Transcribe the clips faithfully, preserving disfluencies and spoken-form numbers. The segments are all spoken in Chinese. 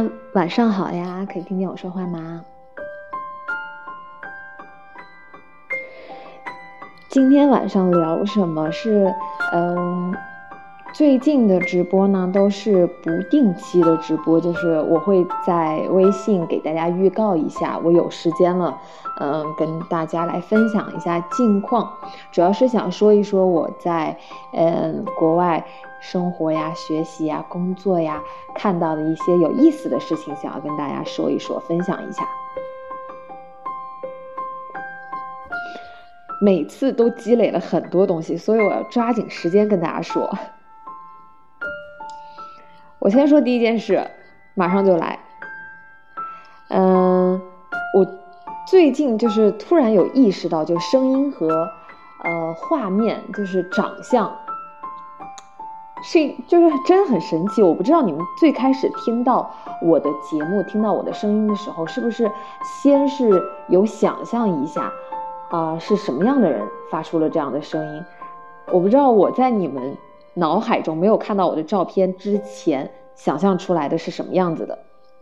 晚上好呀，可以听见我说话吗？今天晚上聊什么是嗯，最近的直播呢都是不定期的直播，就是我会在微信给大家预告一下我有时间了，嗯，跟大家来分享一下近况，主要是想说一说我在嗯国外生活呀、学习呀、工作呀看到的一些有意思的事情，想要跟大家说一说，分享一下。每次都积累了很多东西，所以我要抓紧时间跟大家说。我先说第一件事，马上就来。嗯，我最近就是突然有意识到，就声音和呃画面，就是长相，是就是真的很神奇。我不知道你们最开始听到我的节目、听到我的声音的时候，是不是先是有想象一下？啊、呃，是什么样的人发出了这样的声音？我不知道我在你们脑海中没有看到我的照片之前，想象出来的是什么样子的。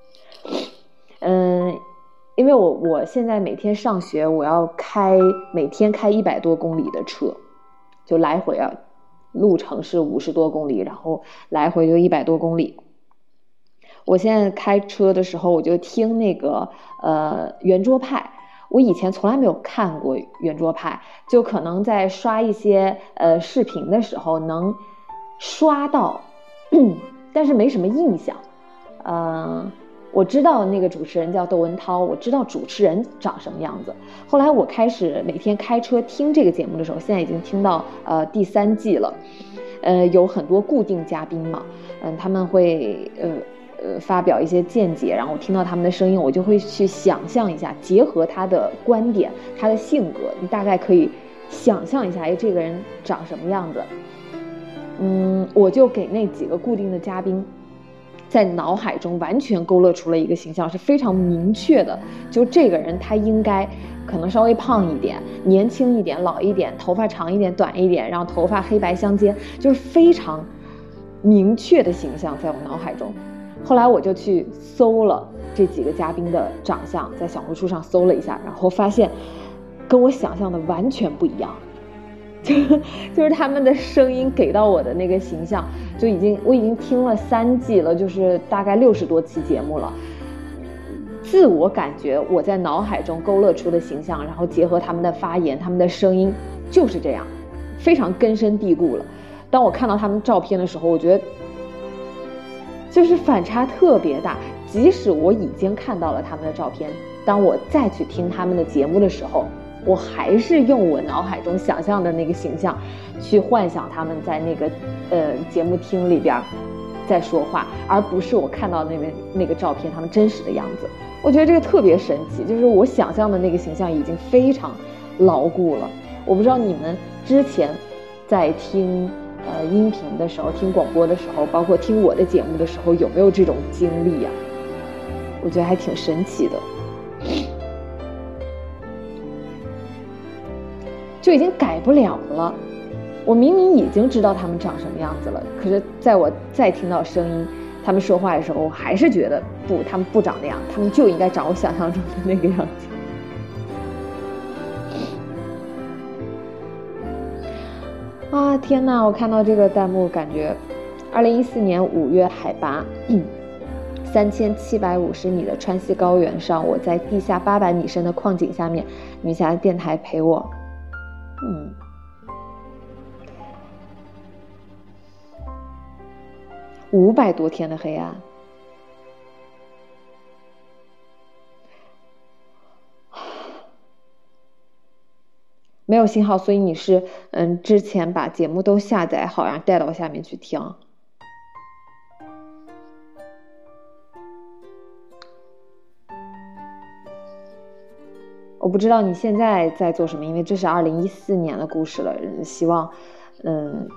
嗯，因为我我现在每天上学，我要开每天开一百多公里的车，就来回啊，路程是五十多公里，然后来回就一百多公里。我现在开车的时候，我就听那个呃圆桌派。我以前从来没有看过圆桌派，就可能在刷一些呃视频的时候能刷到，但是没什么印象。嗯、呃，我知道那个主持人叫窦文涛，我知道主持人长什么样子。后来我开始每天开车听这个节目的时候，现在已经听到呃第三季了，呃有很多固定嘉宾嘛，嗯、呃，他们会呃。呃，发表一些见解，然后我听到他们的声音，我就会去想象一下，结合他的观点、他的性格，你大概可以想象一下，哎，这个人长什么样子。嗯，我就给那几个固定的嘉宾，在脑海中完全勾勒出了一个形象，是非常明确的。就这个人，他应该可能稍微胖一点、年轻一点、老一点，头发长一点、短一点，然后头发黑白相间，就是非常明确的形象，在我脑海中。后来我就去搜了这几个嘉宾的长相，在小红书上搜了一下，然后发现跟我想象的完全不一样，就就是他们的声音给到我的那个形象，就已经我已经听了三季了，就是大概六十多期节目了。自我感觉我在脑海中勾勒出的形象，然后结合他们的发言、他们的声音，就是这样，非常根深蒂固了。当我看到他们照片的时候，我觉得就是反差特别大，即使我已经看到了他们的照片，当我再去听他们的节目的时候，我还是用我脑海中想象的那个形象去幻想他们在那个呃节目厅里边在说话，而不是我看到那个那个照片他们真实的样子。我觉得这个特别神奇，就是我想象的那个形象已经非常牢固了。我不知道你们之前在听呃，音频的时候，听广播的时候，包括听我的节目的时候，有没有这种经历呀？我觉得还挺神奇的，就已经改不了了。我明明已经知道他们长什么样子了，可是在我再听到声音，他们说话的时候，我还是觉得不，他们不长那样，他们就应该长我想象中的那个样子。啊天哪！我看到这个弹幕，感觉二零一四年五月海拔三千七百五十米的川西高原上，我在地下八百米深的矿井下面，女侠电台陪我。嗯，五百多天的黑暗。没有信号，所以你是嗯之前把节目都下载好，然后带到下面去听。我不知道你现在在做什么，因为这是二零一四年的故事了。希望嗯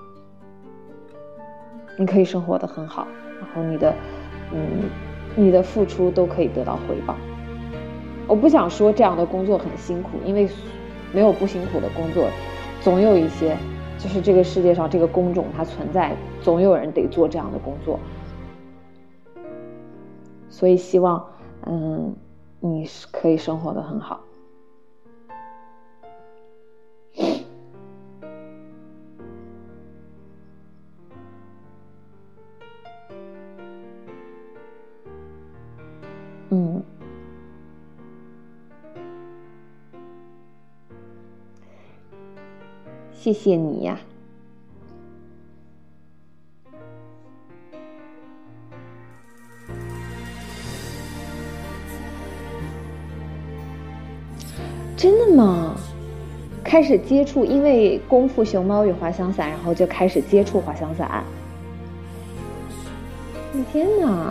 你可以生活得很好，然后你的嗯你的付出都可以得到回报。我不想说这样的工作很辛苦，因为没有不辛苦的工作，总有一些，就是这个世界上这个工种它存在，总有人得做这样的工作。 所以希望嗯你可以生活得很好。嗯，谢谢你呀。真的吗？开始接触，因为功夫熊猫与滑翔伞，然后就开始接触滑翔伞。天哪！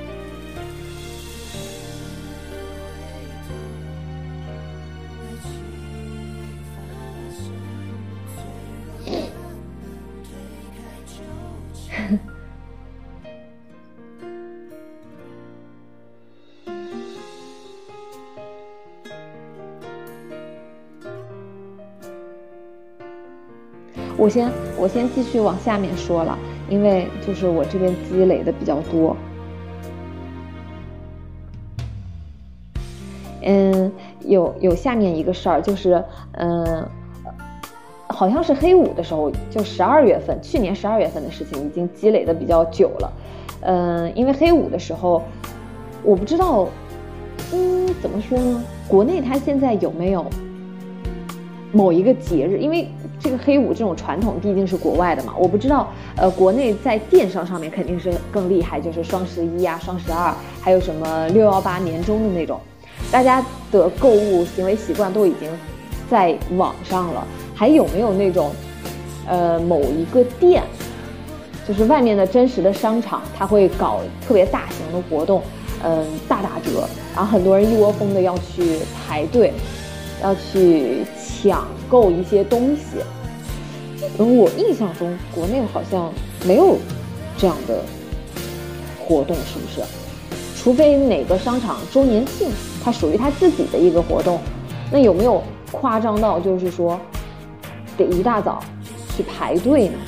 我先我先继续往下面说了，因为就是我这边积累的比较多。嗯，有有下面一个事儿，就是嗯，好像是黑五的时候，就十二月份，去年十二月份的事情已经积累的比较久了。嗯，因为黑五的时候，我不知道，嗯，怎么说呢？国内它现在有没有某一个节日？因为这个黑五这种传统毕竟是国外的嘛，我不知道。呃，国内在电商上面肯定是更厉害，就是双十一啊、双十二，还有什么六幺八年终的那种，大家的购物行为习惯都已经在网上了。还有没有那种，呃，某一个店，就是外面的真实的商场，它会搞特别大型的活动，嗯、呃，大打折，然后很多人一窝蜂的要去排队，要去抢购一些东西。嗯，我印象中国内好像没有这样的活动，是不是？除非哪个商场周年庆，它属于它自己的一个活动，那有没有夸张到就是说得一大早去排队呢？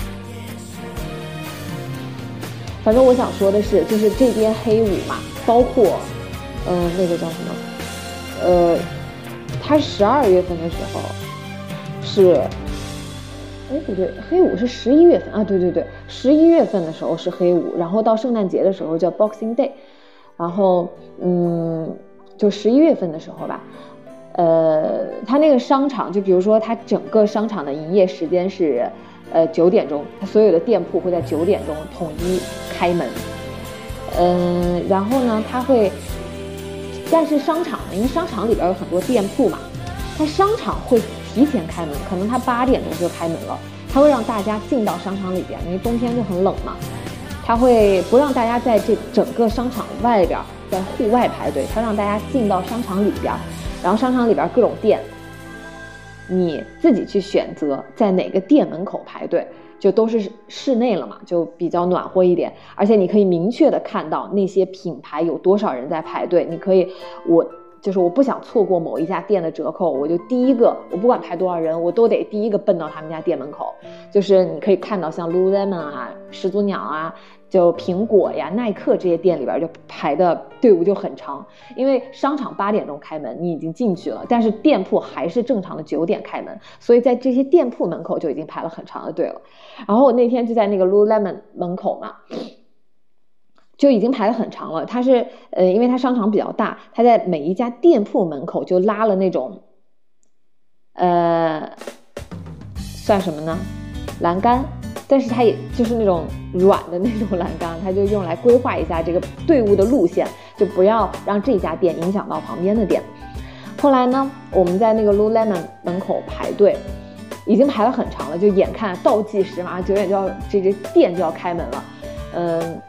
反正我想说的是，就是这边黑五嘛，包括嗯、呃、那个叫什么，呃，它十二月份的时候是。哎，不对，黑五是十一月份啊！对对对，十一月份的时候是黑五，然后到圣诞节的时候叫 Boxing Day， 然后嗯，就十一月份的时候吧，呃，它那个商场，就比如说它整个商场的营业时间是呃九点钟，它所有的店铺会在九点钟统一开门，嗯、呃，然后呢，它会，但是商场呢，因为商场里边有很多店铺嘛，它商场会提前开门，可能它八点钟就开门了，它会让大家进到商场里边，因为冬天就很冷嘛，它会不让大家在这整个商场外边，在户外排队，它让大家进到商场里边，然后商场里边各种店，你自己去选择在哪个店门口排队，就都是室内了嘛，就比较暖和一点，而且你可以明确的看到那些品牌有多少人在排队，你可以我。就是我不想错过某一家店的折扣，我就第一个，我不管排多少人，我都得第一个奔到他们家店门口。就是你可以看到像 Lululemon 啊、始祖鸟啊、就苹果呀、耐克这些店里边就排的队伍就很长，因为商场八点钟开门，你已经进去了，但是店铺还是正常的九点开门，所以在这些店铺门口就已经排了很长的队了。然后我那天就在那个 Lululemon 门口嘛。就已经排得很长了，它是呃，因为它商场比较大，它在每一家店铺门口就拉了那种，呃，算什么呢？栏杆，但是它也就是那种软的那种栏杆，它就用来规划一下这个队伍的路线，就不要让这家店影响到旁边的店。后来呢，我们在那个 Lululemon 门口排队，已经排了很长了，就眼看倒计时嘛，九点就要这这店就要开门了，嗯。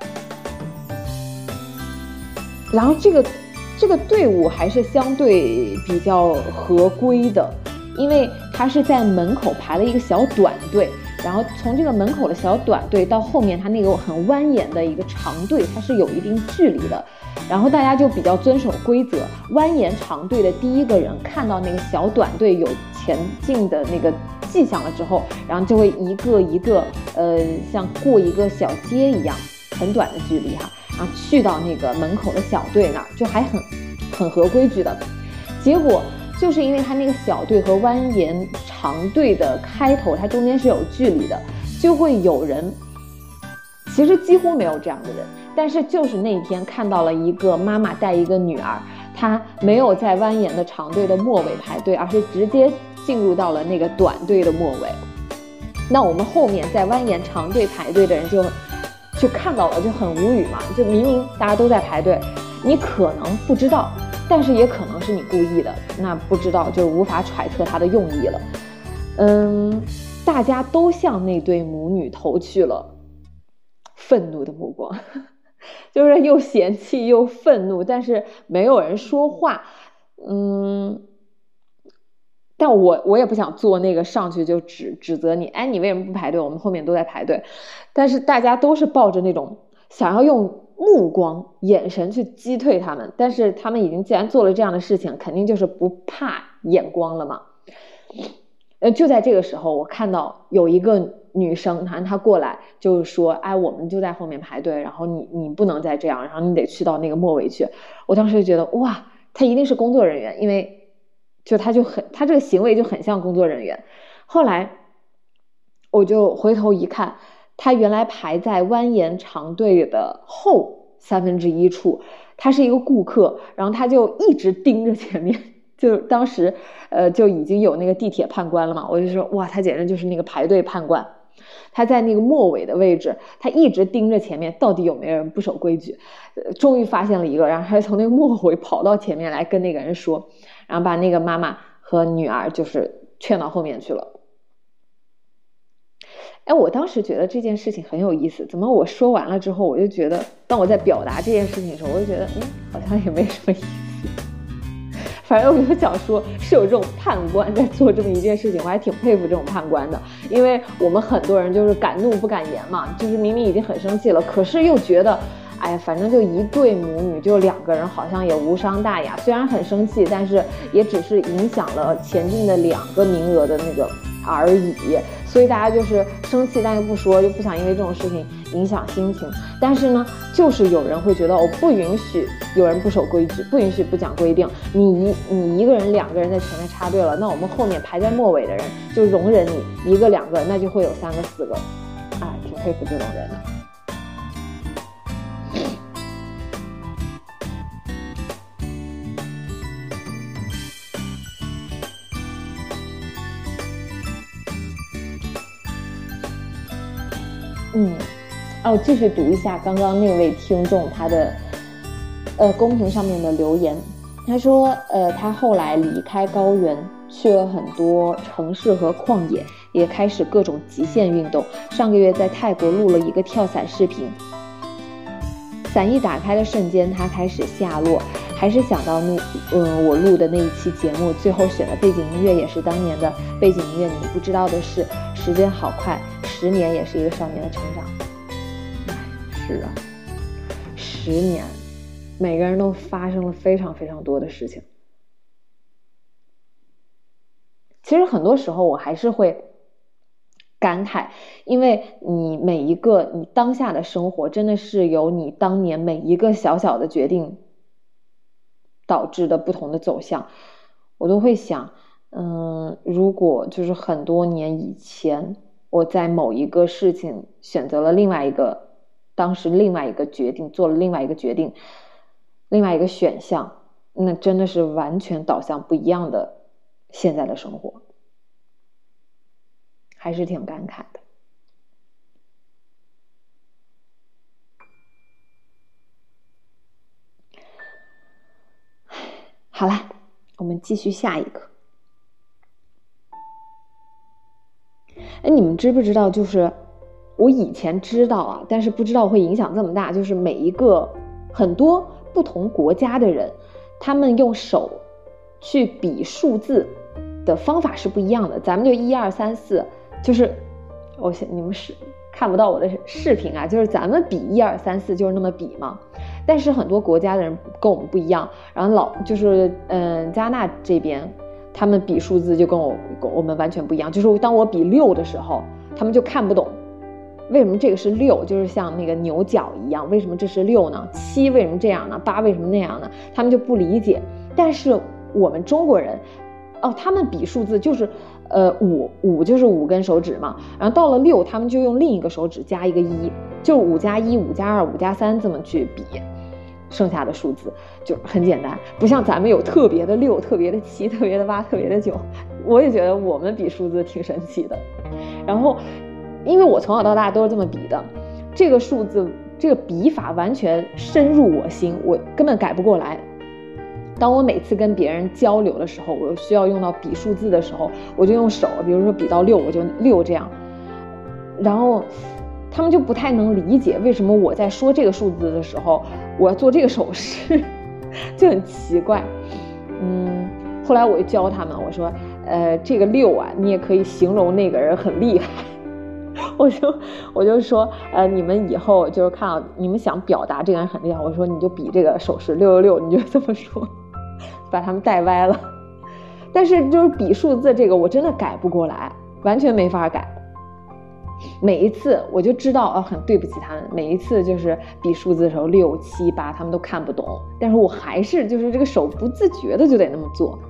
然后这个这个队伍还是相对比较合规的，因为他是在门口排了一个小短队，然后从这个门口的小短队到后面他那个很蜿蜒的一个长队，它是有一定距离的，然后大家就比较遵守规则，蜿蜒长队的第一个人看到那个小短队有前进的那个迹象了之后，然后就会一个一个呃像过一个小街一样，很短的距离哈。 啊，去到那个门口的小队那儿，就还很很合规矩的。结果就是因为他那个小队和蜿蜒长队的开头，它中间是有距离的，就会有人，其实几乎没有这样的人，但是就是那一天看到了一个妈妈带一个女儿，她没有在蜿蜒的长队的末尾排队，而是直接进入到了那个短队的末尾。那我们后面在蜿蜒长队排队的人就就看到了，就很无语嘛，就明明大家都在排队，你可能不知道，但是也可能是你故意的，那不知道就无法揣测他的用意了。嗯，大家都向那对母女投去了愤怒的目光，就是又嫌弃又愤怒，但是没有人说话。嗯，但我我也不想做那个上去就指指责你，哎，你为什么不排队？我们后面都在排队。但是大家都是抱着那种想要用目光、眼神去击退他们，但是他们已经既然做了这样的事情，肯定就是不怕眼光了嘛。呃，就在这个时候，我看到有一个女生，她她过来就是说，哎，我们就在后面排队，然后你你不能再这样，然后你得去到那个末尾去。我当时就觉得，哇，她一定是工作人员，因为。就他就很，他这个行为就很像工作人员。后来我就回头一看，他原来排在蜿蜒长队的后三分之一处，他是一个顾客，然后他就一直盯着前面。就当时呃就已经有那个地铁判官了嘛，我就说哇，他简直就是那个排队判官。他在那个末尾的位置，他一直盯着前面，到底有没有人不守规矩。呃、终于发现了一个，然后他从那个末尾跑到前面来跟那个人说，然后把那个妈妈和女儿就是劝到后面去了。哎，我当时觉得这件事情很有意思，怎么我说完了之后，我就觉得当我在表达这件事情的时候，我就觉得嗯，好像也没什么意思。反正我就想说，是有这种判官在做这么一件事情，我还挺佩服这种判官的，因为我们很多人就是敢怒不敢言嘛，就是明明已经很生气了，可是又觉得，哎，反正就一对母女，就两个人，好像也无伤大雅。虽然很生气，但是也只是影响了前进的两个名额的那个而已。所以大家就是生气，但又不说，又不想因为这种事情影响心情。但是呢，就是有人会觉得，我不允许有人不守规矩，不允许不讲规定。你一你一个人、两个人在前面插队了，那我们后面排在末尾的人就容忍你一个、两个，那就会有三个、四个。哎，挺佩服这种人的。嗯，哦，继续读一下刚刚那位听众他的呃公屏上面的留言。他说，呃，他后来离开高原，去了很多城市和旷野，也开始各种极限运动。上个月在泰国录了一个跳伞视频，伞一打开的瞬间，他开始下落。还是想到那嗯我录的那一期节目，最后选的背景音乐也是当年的背景音乐。你不知道的是，时间好快，十年也是一个少年的成长。唉，是啊，十年，每个人都发生了非常非常多的事情。其实很多时候我还是会感慨，因为你每一个你当下的生活，真的是由你当年每一个小小的决定导致的不同的走向。我都会想，嗯，如果就是很多年以前，我在某一个事情选择了另外一个，当时另外一个决定，做了另外一个决定，另外一个选项，那真的是完全导向不一样的现在的生活，还是挺感慨的。好了，我们继续下一个。哎，你们知不知道，就是我以前知道啊，但是不知道会影响这么大，就是每一个很多不同国家的人，他们用手去比数字的方法是不一样的。咱们就一二三四，就是我你们是看不到我的视频啊，就是咱们比一二三四就是那么比嘛。但是很多国家的人跟我们不一样，然后老就是嗯加拿大这边，他们比数字就跟我跟我们完全不一样。就是当我比六的时候，他们就看不懂， 为什么这个是六，就是像那个牛角一样，为什么这是六呢？七为什么这样呢？八为什么那样呢？他们就不理解。但是我们中国人，哦，他们比数字就是，呃，五五就是五根手指嘛，然后到了六，他们就用另一个手指加一个一，就五加一、五加二、五加三这么去比，剩下的数字就很简单，不像咱们有特别的六、特别的七、特别的八、特别的九。我也觉得我们比数字挺神奇的。然后，因为我从小到大都是这么比的，这个数字这个笔法完全深入我心，我根本改不过来。当我每次跟别人交流的时候，我需要用到比数字的时候，我就用手，比如说比到六，我就六这样，然后他们就不太能理解为什么我在说这个数字的时候，我要做这个手势，就很奇怪。嗯，后来我就教他们，我说，呃，这个六啊，你也可以形容那个人很厉害。我就我就说，呃，你们以后就是看到你们想表达这个人很厉害，我说你就比这个手势六六六，你就这么说，把他们带歪了。但是就是比数字这个，我真的改不过来，完全没法改。每一次我就知道啊，很对不起他们。每一次就是比数字的时候，六七八他们都看不懂，但是我还是就是这个手不自觉的就得那么做。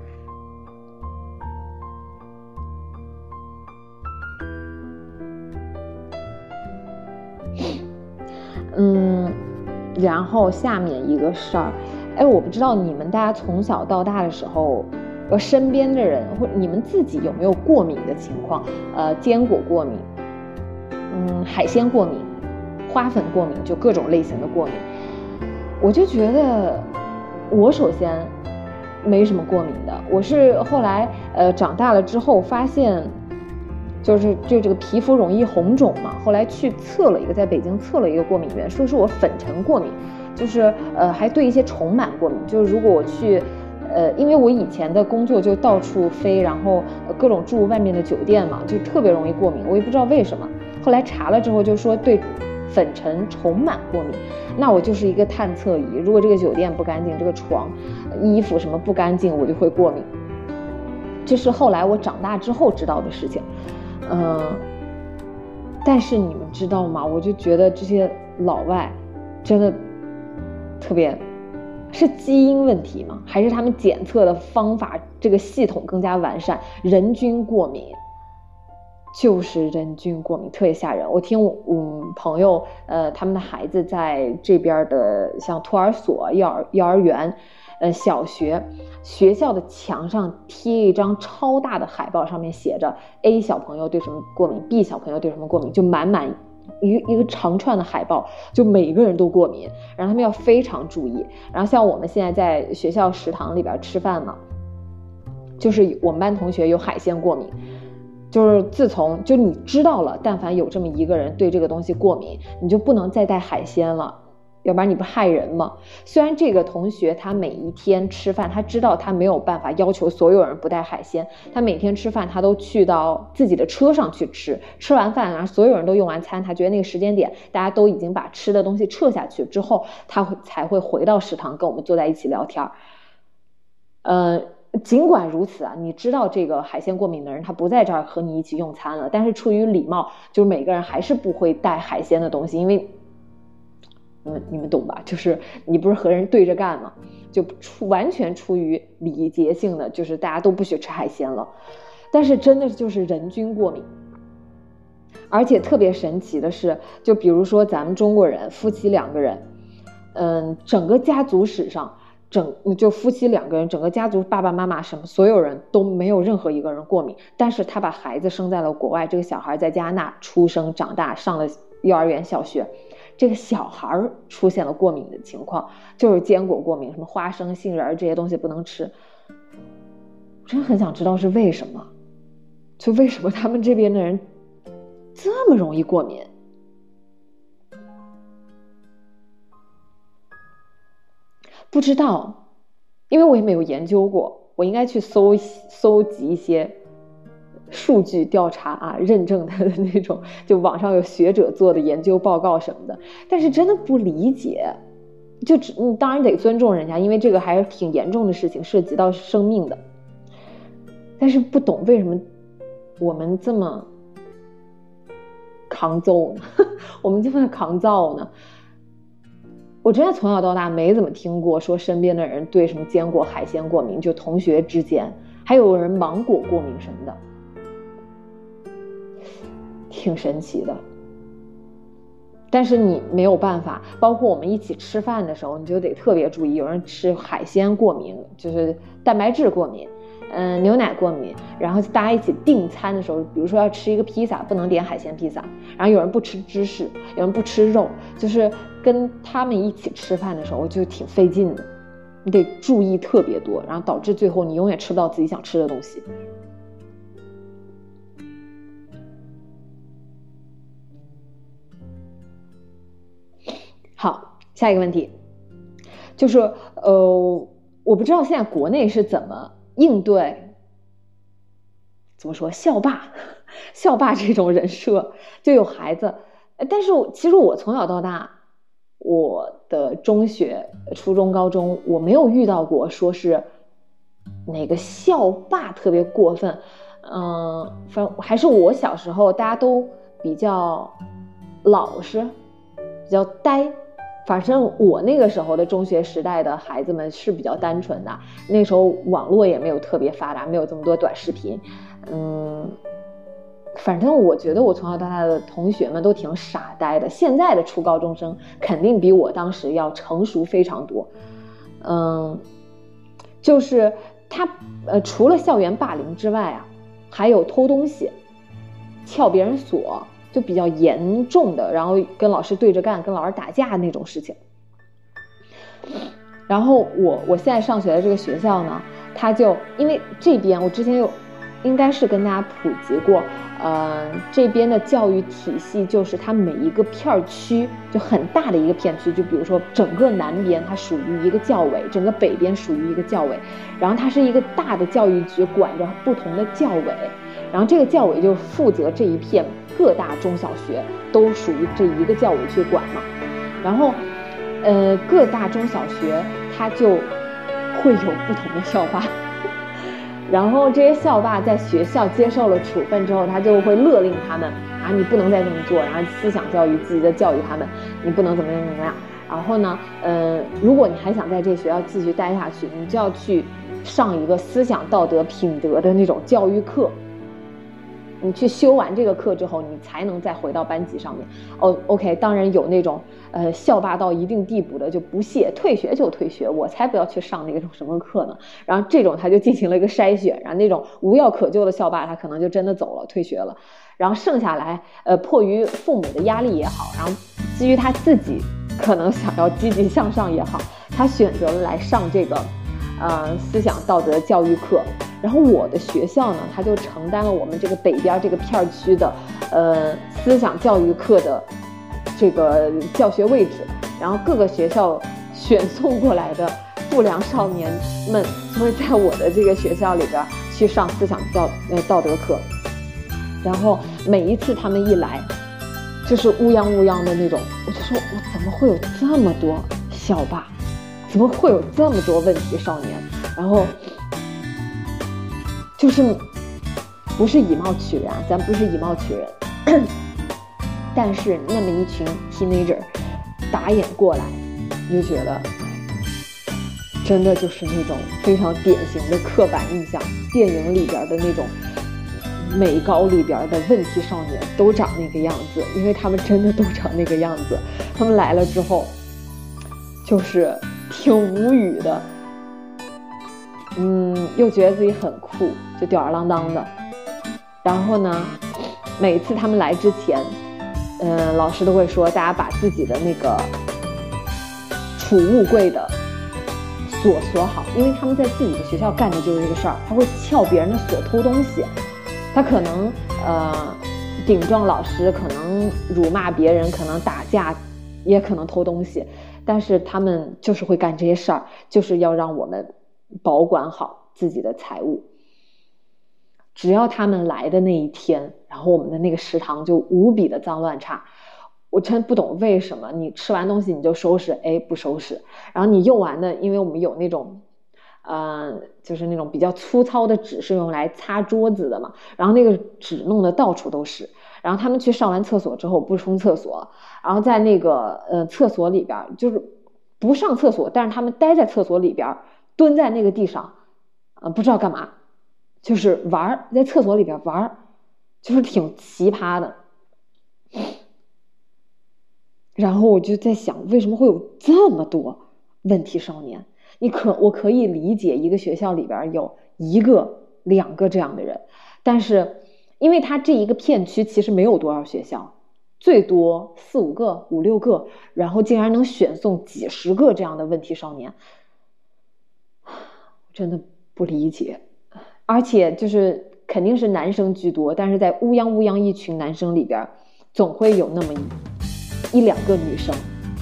嗯，然后下面一个事儿，哎，我不知道你们大家从小到大的时候，呃，身边的人或你们自己有没有过敏的情况？呃，坚果过敏，嗯，海鲜过敏，花粉过敏，就各种类型的过敏。我就觉得，我首先没什么过敏的，我是后来呃长大了之后发现。就是就这个皮肤容易红肿嘛，后来去测了一个，在北京测了一个过敏源，说是我粉尘过敏，就是呃还对一些虫螨过敏。就是如果我去，呃，因为我以前的工作就到处飞，然后、呃、各种住外面的酒店嘛，就特别容易过敏，我也不知道为什么。后来查了之后就说对粉尘、虫螨过敏，那我就是一个探测仪，如果这个酒店不干净，这个床、衣服什么不干净，我就会过敏。这是后来我长大之后知道的事情。嗯，但是你们知道吗？我就觉得这些老外真的特别，是基因问题吗？还是他们检测的方法这个系统更加完善？人均过敏就是人均过敏，特别吓人。我听我嗯朋友呃他们的孩子在这边的像托儿所、幼儿幼儿园。呃，小学学校的墙上贴一张超大的海报，上面写着 A 小朋友对什么过敏 ，B 小朋友对什么过敏，就满满一一个长串的海报，就每个人都过敏，然后他们要非常注意。然后像我们现在在学校食堂里边吃饭嘛，就是我们班同学有海鲜过敏，就是自从就你知道了，但凡有这么一个人对这个东西过敏，你就不能再带海鲜了。要不然你不害人吗？虽然这个同学他每一天吃饭，他知道他没有办法要求所有人不带海鲜，他每天吃饭他都去到自己的车上去吃，吃完饭然后所有人都用完餐，他觉得那个时间点大家都已经把吃的东西撤下去之后，他会才会回到食堂跟我们坐在一起聊天。呃，尽管如此啊，你知道这个海鲜过敏的人他不在这儿和你一起用餐了，但是出于礼貌，就是每个人还是不会带海鲜的东西，因为你们你们懂吧？就是你不是和人对着干吗？就出完全出于礼节性的，就是大家都不许吃海鲜了。但是真的就是人均过敏，而且特别神奇的是，就比如说咱们中国人夫妻两个人，嗯，整个家族史上，整就夫妻两个人，整个家族爸爸妈妈什么所有人都没有任何一个人过敏，但是他把孩子生在了国外，这个小孩在加拿大出生长大，上了幼儿园小学。这个小孩出现了过敏的情况，就是坚果过敏，什么花生、杏仁这些东西不能吃。我真的很想知道是为什么，就为什么他们这边的人这么容易过敏？不知道，因为我也没有研究过，我应该去搜搜集一些数据调查啊，认证的那种，就网上有学者做的研究报告什么的，但是真的不理解，就只你当然得尊重人家，因为这个还是挺严重的事情，涉及到生命的，但是不懂为什么我们这么抗揍呢？ 我们就在抗造呢。我真的从小到大没怎么听过说身边的人对什么坚果海鲜过敏，就同学之间还有人芒果过敏什么的，挺神奇的。但是你没有办法，包括我们一起吃饭的时候，你就得特别注意，有人吃海鲜过敏，就是蛋白质过敏，嗯、呃，牛奶过敏，然后大家一起订餐的时候，比如说要吃一个披萨，不能点海鲜披萨，然后有人不吃芝士，有人不吃肉，就是跟他们一起吃饭的时候就挺费劲的，你得注意特别多，然后导致最后你永远吃不到自己想吃的东西。好，下一个问题就是呃，我不知道现在国内是怎么应对，怎么说校霸校霸这种人设，就有孩子，但是其实我从小到大，我的中学初中高中我没有遇到过说是哪个校霸特别过分，嗯，反正还是我小时候大家都比较老实比较呆，反正我那个时候的中学时代的孩子们是比较单纯的，那时候网络也没有特别发达，没有这么多短视频，嗯，反正我觉得我从小到大的同学们都挺傻呆的，现在的初高中生肯定比我当时要成熟非常多，嗯，就是他呃除了校园霸凌之外啊，还有偷东西、撬别人锁。就比较严重的，然后跟老师对着干，跟老师打架那种事情。然后我我现在上学的这个学校呢，它就因为这边我之前有应该是跟大家普及过，呃，这边的教育体系就是它每一个片区就很大的一个片区，就比如说整个南边它属于一个教委，整个北边属于一个教委，然后它是一个大的教育局管着不同的教委，然后这个教委就负责这一片各大中小学都属于这一个教委去管嘛，然后呃各大中小学它就会有不同的校霸，然后这些校霸在学校接受了处分之后，他就会勒令他们啊，你不能再这么做，然后思想教育积极的教育他们，你不能怎么样怎么样。然后呢，呃，如果你还想在这学校继续待下去，你就要去上一个思想道德品德的那种教育课。你去修完这个课之后，你才能再回到班级上面。哦 ，OK， 当然有那种呃校霸到一定地步的就不屑，退学就退学，我才不要去上那种什么课呢。然后这种他就进行了一个筛选，然后那种无药可救的校霸，他可能就真的走了，退学了。然后剩下来，呃，迫于父母的压力也好，然后基于他自己可能想要积极向上也好，他选择了来上这个呃思想道德教育课。然后我的学校呢，他就承担了我们这个北边这个片区的呃思想教育课的这个教学位置，然后各个学校选送过来的不良少年们就会在我的这个学校里边去上思想教呃道德课，然后每一次他们一来就是乌泱乌泱的那种，我就说我怎么会有这么多校霸，怎么会有这么多问题少年，然后就是不是以貌取人，咱不是以貌取人，但是那么一群 teenager 打眼过来，你就觉得真的就是那种非常典型的刻板印象，电影里边的那种美高里边的问题少年都长那个样子，因为他们真的都长那个样子。他们来了之后就是挺无语的，嗯，又觉得自己很酷，就吊儿郎当的。然后呢，每次他们来之前，呃，老师都会说，大家把自己的那个储物柜的锁锁好，因为他们在自己的学校干的就是这个事儿，他会撬别人的锁偷东西，他可能呃顶撞老师，可能辱骂别人，可能打架，也可能偷东西，但是他们就是会干这些事儿，就是要让我们保管好自己的财物。只要他们来的那一天，然后我们的那个食堂就无比的脏乱差。我真不懂为什么你吃完东西你就收拾，哎，不收拾，然后你用完的，因为我们有那种呃就是那种比较粗糙的纸是用来擦桌子的嘛，然后那个纸弄得到处都是， 然后他们去上完厕所之后不冲厕所，然后在那个呃厕所里边就是不上厕所，但是他们待在厕所里边蹲在那个地上，呃不知道干嘛，就是玩，在厕所里边玩，就是挺奇葩的。然后我就在想，为什么会有这么多问题少年？你可我可以理解一个学校里边有一个两个这样的人，但是因为他这一个片区其实没有多少学校，最多四五个五六个，然后竟然能选送几十个这样的问题少年，真的不理解。而且就是肯定是男生居多，但是在乌泱乌泱一群男生里边总会有那么一一两个女生。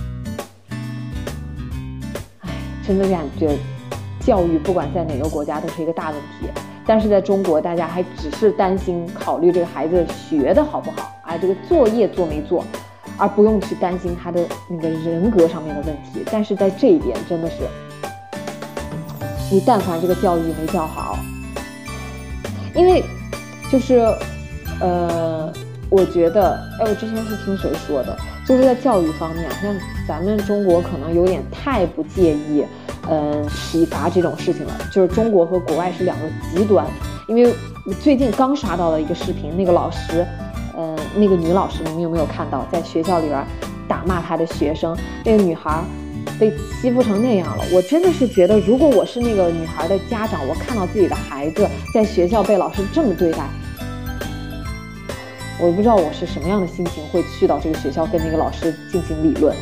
哎，真的感觉教育不管在哪个国家都是一个大问题，但是在中国大家还只是担心考虑这个孩子学的好不好啊，这个作业做没做，而不用去担心他的那个人格上面的问题。但是在这一点真的是，你但凡这个教育没教好，因为就是呃我觉得哎我之前是听谁说的，就是在教育方面，像咱们中国可能有点太不介意嗯体罚这种事情了，就是中国和国外是两个极端。因为我最近刚刷到了一个视频，那个老师呃那个女老师，你们有没有看到在学校里边打骂她的学生，那个女孩被欺负成那样了。我真的是觉得，如果我是那个女孩的家长，我看到自己的孩子在学校被老师这么对待，我不知道我是什么样的心情会去到这个学校跟那个老师进行理论。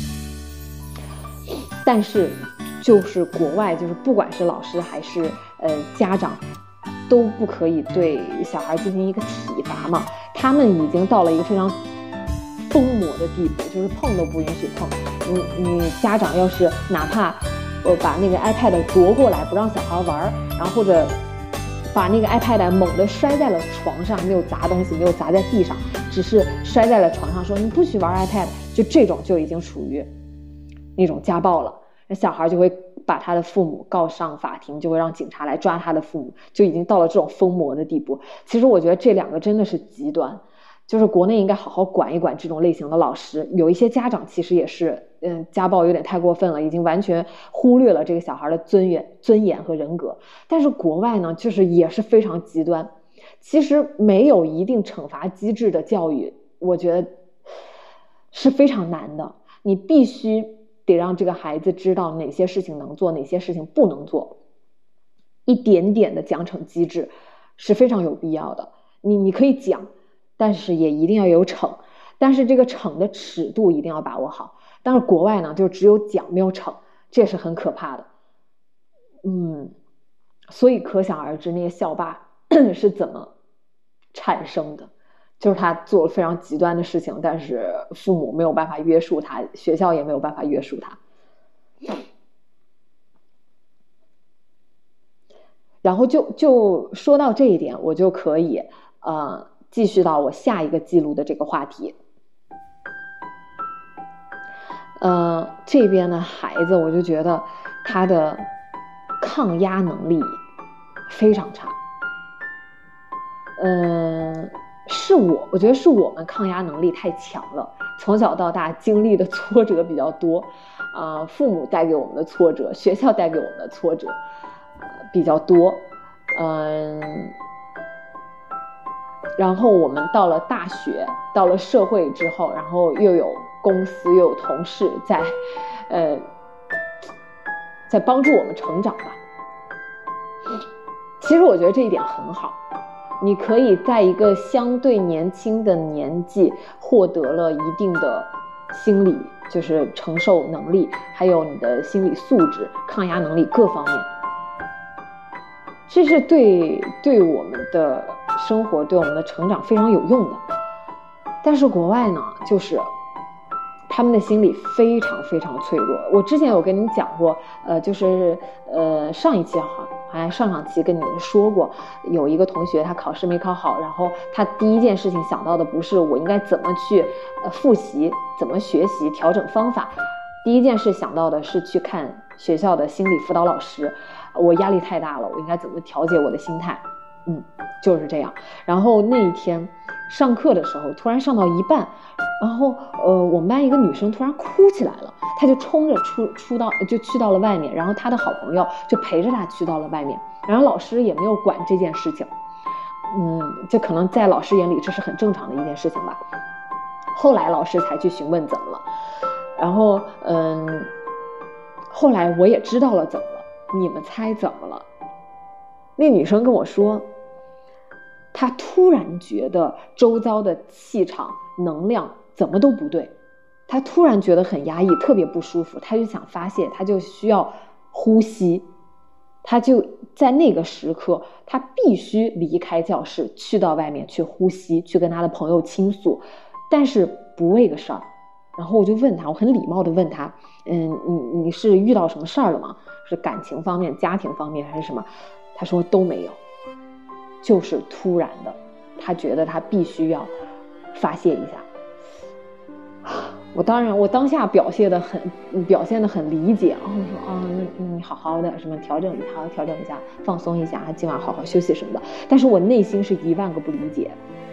但是就是国外，就是不管是老师还是呃家长，都不可以对小孩进行一个体罚嘛，他们已经到了一个非常疯魔的地步，就是碰都不允许碰。你你家长要是哪怕呃把那个 iPad 夺过来不让小孩玩，然后或者把那个 iPad 猛地摔在了床上，没有砸东西，没有砸在地上，只是摔在了床上，说你不许玩 iPad， 就这种就已经属于那种家暴了。那小孩就会把他的父母告上法庭，就会让警察来抓他的父母，就已经到了这种疯魔的地步。其实我觉得这两个真的是极端，就是国内应该好好管一管这种类型的老师。有一些家长其实也是嗯，家暴有点太过分了，已经完全忽略了这个小孩的尊严尊严和人格。但是国外呢，就是也是非常极端。其实没有一定惩罚机制的教育，我觉得是非常难的。你必须得让这个孩子知道哪些事情能做，哪些事情不能做。一点点的奖惩机制是非常有必要的。你你可以讲，但是也一定要有惩，但是这个惩的尺度一定要把握好。但是国外呢，就只有讲没有惩，这是很可怕的。嗯，所以可想而知那些校霸是怎么产生的，就是他做了非常极端的事情，但是父母没有办法约束他，学校也没有办法约束他。然后就就说到这一点，我就可以呃继续到我下一个记录的这个话题。呃，这边的孩子，我就觉得他的抗压能力非常差。嗯、呃，是我，我觉得是我们抗压能力太强了，从小到大经历的挫折比较多，啊、呃，父母带给我们的挫折，学校带给我们的挫折，呃，比较多，嗯、呃，然后我们到了大学，到了社会之后，然后又有公司又有同事在，呃，在帮助我们成长吧。其实我觉得这一点很好，你可以在一个相对年轻的年纪获得了一定的心理，就是承受能力，还有你的心理素质、抗压能力各方面，这是对对我们的生活、对我们的成长非常有用的。但是国外呢，就是他们的心理非常非常脆弱。我之前有跟你讲过，呃，就是呃上一期好，好像上上期跟你们说过，有一个同学他考试没考好，然后他第一件事情想到的不是我应该怎么去呃复习，怎么学习，调整方法，第一件事想到的是去看学校的心理辅导老师，我压力太大了，我应该怎么调节我的心态。 嗯，就是这样。然后那一天上课的时候，突然上到一半，然后呃，我们班一个女生突然哭起来了，她就冲着出出到就去到了外面，然后她的好朋友就陪着她去到了外面，然后老师也没有管这件事情，嗯，这可能在老师眼里这是很正常的一件事情吧。后来老师才去询问怎么了，然后嗯，后来我也知道了怎么了，你们猜怎么了？那女生跟我说，她突然觉得周遭的气场能量怎么都不对，她突然觉得很压抑，特别不舒服，她就想发泄，她就需要呼吸，她就在那个时刻，她必须离开教室，去到外面去呼吸，去跟她的朋友倾诉，但是不为个事儿。然后我就问她，我很礼貌的问她，嗯，你你是遇到什么事儿了吗？是感情方面、家庭方面还是什么？她说都没有，就是突然的，她觉得她必须要发泄一下。我当然，我当下表现的很，表现的很理解啊，我说啊，那你好好的什么调整，好好调整一下，放松一下，今晚好好休息什么的。但是我内心是一万个不理解，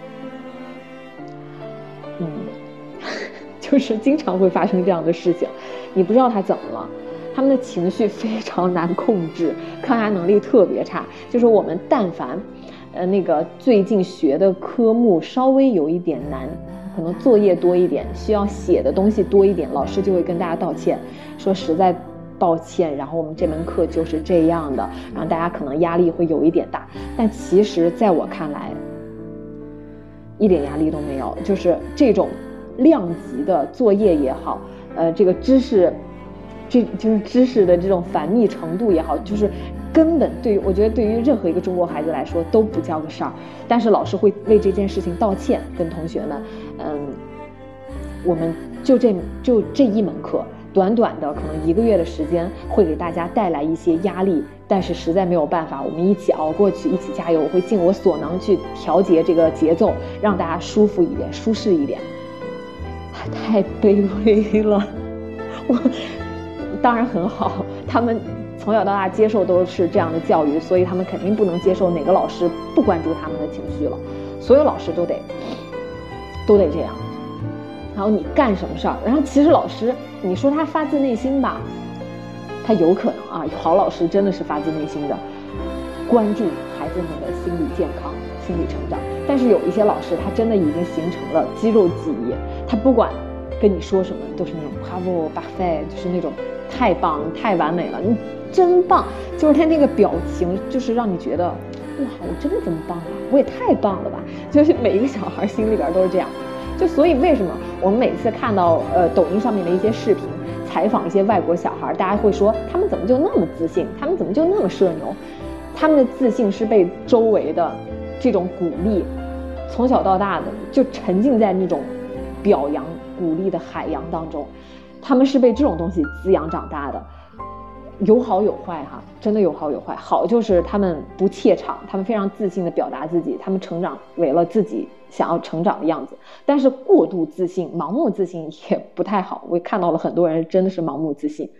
嗯，就是经常会发生这样的事情，你不知道他怎么了。他们的情绪非常难控制，抗压能力特别差。就是我们但凡，呃，那个最近学的科目稍微有一点难，可能作业多一点，需要写的东西多一点，老师就会跟大家道歉，说实在抱歉，然后我们这门课就是这样的，然后大家可能压力会有一点大。但其实在我看来，一点压力都没有，就是这种量级的作业也好，呃，这个知识。这就是知识的这种繁密程度也好，就是根本对于我觉得对于任何一个中国孩子来说都不叫个事儿，但是老师会为这件事情道歉，跟同学们，嗯，我们就这就这一门课，短短的可能一个月的时间，会给大家带来一些压力，但是实在没有办法，我们一起熬过去，一起加油，我会尽我所能去调节这个节奏，让大家舒服一点，舒适一点。太卑微了，我。当然很好，他们从小到大接受都是这样的教育，所以他们肯定不能接受哪个老师不关注他们的情绪了，所有老师都得都得这样。然后你干什么事儿，然后其实老师你说他发自内心吧，他有可能啊，好老师真的是发自内心的关注孩子们的心理健康、心理成长，但是有一些老师他真的已经形成了肌肉记忆，他不管跟你说什么都是那种 bravo parfait， 就是那种太棒太完美了，你真棒，就是他那个表情就是让你觉得哇，我真的这么棒啊，我也太棒了吧，就是每一个小孩心里边都是这样。就所以为什么我们每次看到呃抖音上面的一些视频，采访一些外国小孩，大家会说他们怎么就那么自信，他们怎么就那么社牛，他们的自信是被周围的这种鼓励从小到大的就沉浸在那种表扬鼓励的海洋当中，他们是被这种东西滋养长大的，有好有坏哈，真的有好有坏。好就是他们不怯场，他们非常自信的表达自己，他们成长为了自己想要成长的样子。但是过度自信、盲目自信也不太好，我也看到了很多人真的是盲目自信。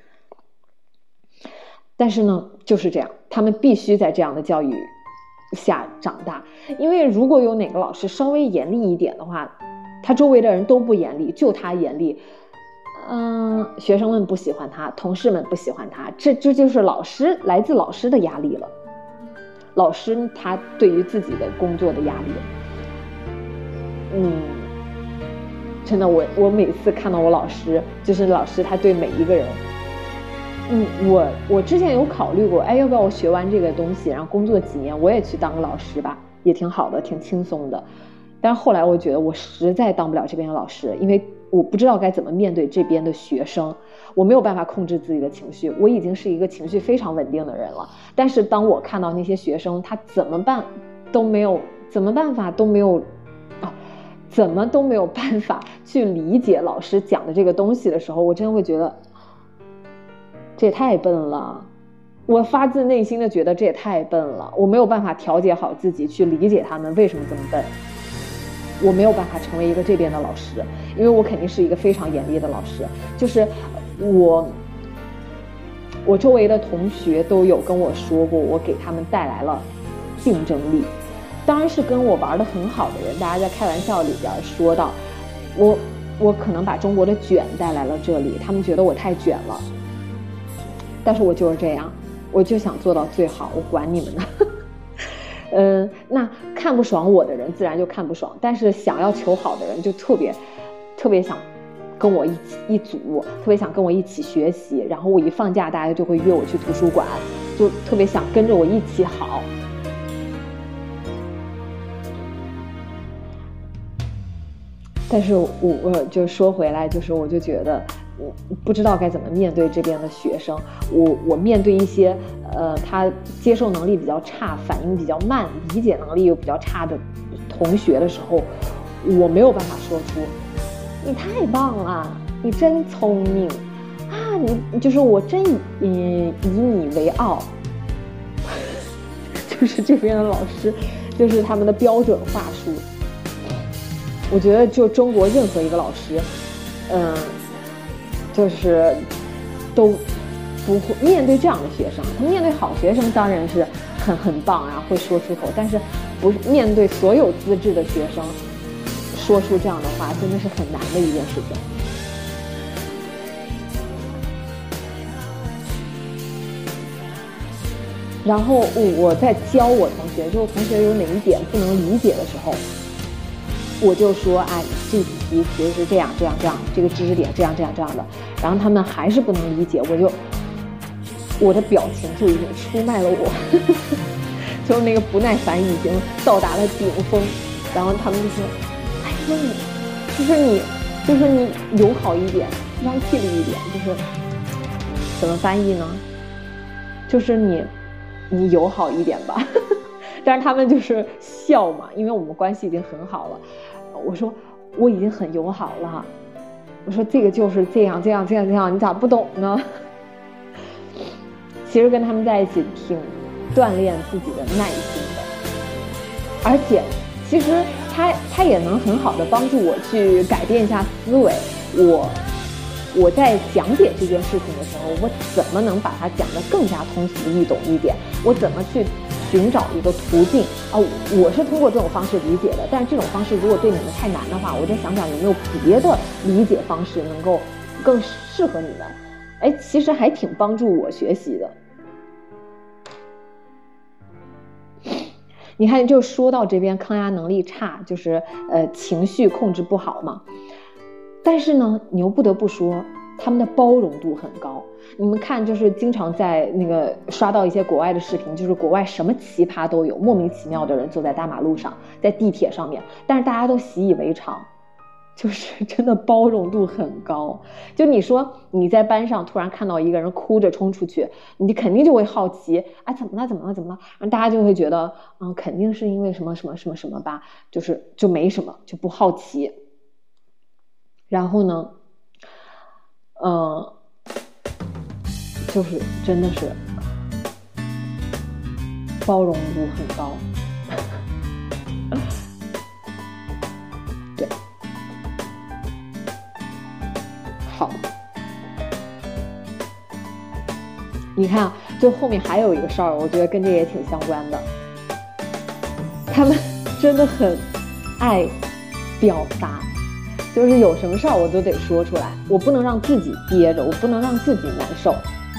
但是呢，就是这样，他们必须在这样的教育下长大。因为如果有哪个老师稍微严厉一点的话，他周围的人都不严厉，就他严厉，嗯，学生们不喜欢他，同事们不喜欢他，这这就是老师来自老师的压力了，老师他对于自己的工作的压力。嗯，真的，我我每次看到我老师，就是老师他对每一个人，嗯，我我之前有考虑过，哎，要不要我学完这个东西，然后工作几年，我也去当个老师吧，也挺好的，挺轻松的。但是后来我觉得我实在当不了这边的老师，因为我不知道该怎么面对这边的学生，我没有办法控制自己的情绪，我已经是一个情绪非常稳定的人了。但是当我看到那些学生他怎么办都没有，怎么办法都没有啊，怎么都没有办法去理解老师讲的这个东西的时候，我真的会觉得这也太笨了。我发自内心的觉得这也太笨了，我没有办法调节好自己去理解他们为什么这么笨，我没有办法成为一个这边的老师，因为我肯定是一个非常严厉的老师。就是我我周围的同学都有跟我说过，我给他们带来了竞争力， 当然是跟我玩的很好的人，大家在开玩笑里边说到，我我可能把中国的卷带来了这里，他们觉得我太卷了，但是我就是这样，我就想做到最好，我管你们呢。嗯，那看不爽我的人自然就看不爽，但是想要求好的人就特别特别想跟我一起一组，特别想跟我一起学习，然后我一放假大家就会约我去图书馆，就特别想跟着我一起好。但是我我就说回来，就是我就觉得我不知道该怎么面对这边的学生，我我面对一些呃他接受能力比较差、反应比较慢、理解能力又比较差的同学的时候，我没有办法说出你太棒了，你真聪明啊，你就是我真以以你为傲。就是这边的老师，就是他们的标准话术。我觉得就中国任何一个老师，嗯，就是都不会面对这样的学生。他面对好学生当然是很很棒啊，会说出口，但是不是面对所有资质的学生说出这样的话，真的是很难的一件事情。然后我在教我同学，就同学有哪一点不能理解的时候，我就说，哎，这题其实是这样这样这样，这个知识点这样这样这样的，然后他们还是不能理解，我就我的表情就已经出卖了我，就是那个不耐烦已经到达了顶峰，然后他们就说，哎，说你就是你就是你友好一点，让气力一点，就是怎么翻译呢？就是你你友好一点吧。但是他们就是笑嘛，因为我们关系已经很好了。我说我已经很友好了，我说这个就是这样这样这样这样，你咋不懂呢？其实跟他们在一起挺锻炼自己的耐心的，而且其实他他也能很好的帮助我去改变一下思维。我我在讲解这件事情的时候，我怎么能把它讲得更加通俗易懂一点？我怎么去寻找一个途径啊？我是通过这种方式理解的，但是这种方式如果对你们太难的话，我再想想有没有别的理解方式能够更适合你们。哎，其实还挺帮助我学习的。你看，就说到这边抗压能力差，就是呃情绪控制不好嘛。但是呢，你又不得不说，他们的包容度很高。你们看，就是经常在那个刷到一些国外的视频，就是国外什么奇葩都有，莫名其妙的人坐在大马路上，在地铁上面，但是大家都习以为常，就是真的包容度很高。就你说你在班上突然看到一个人哭着冲出去，你肯定就会好奇，哎，怎么了怎么了怎么了？然后大家就会觉得，嗯，肯定是因为什么什么什么什么吧，就是就没什么，就不好奇。然后呢，嗯，就是真的是包容度很高。对，好，你看啊，就后面还有一个事儿，我觉得跟这也挺相关的。他们真的很爱表达。就是有什么事儿我都得说出来，我不能让自己憋着，我不能让自己难受。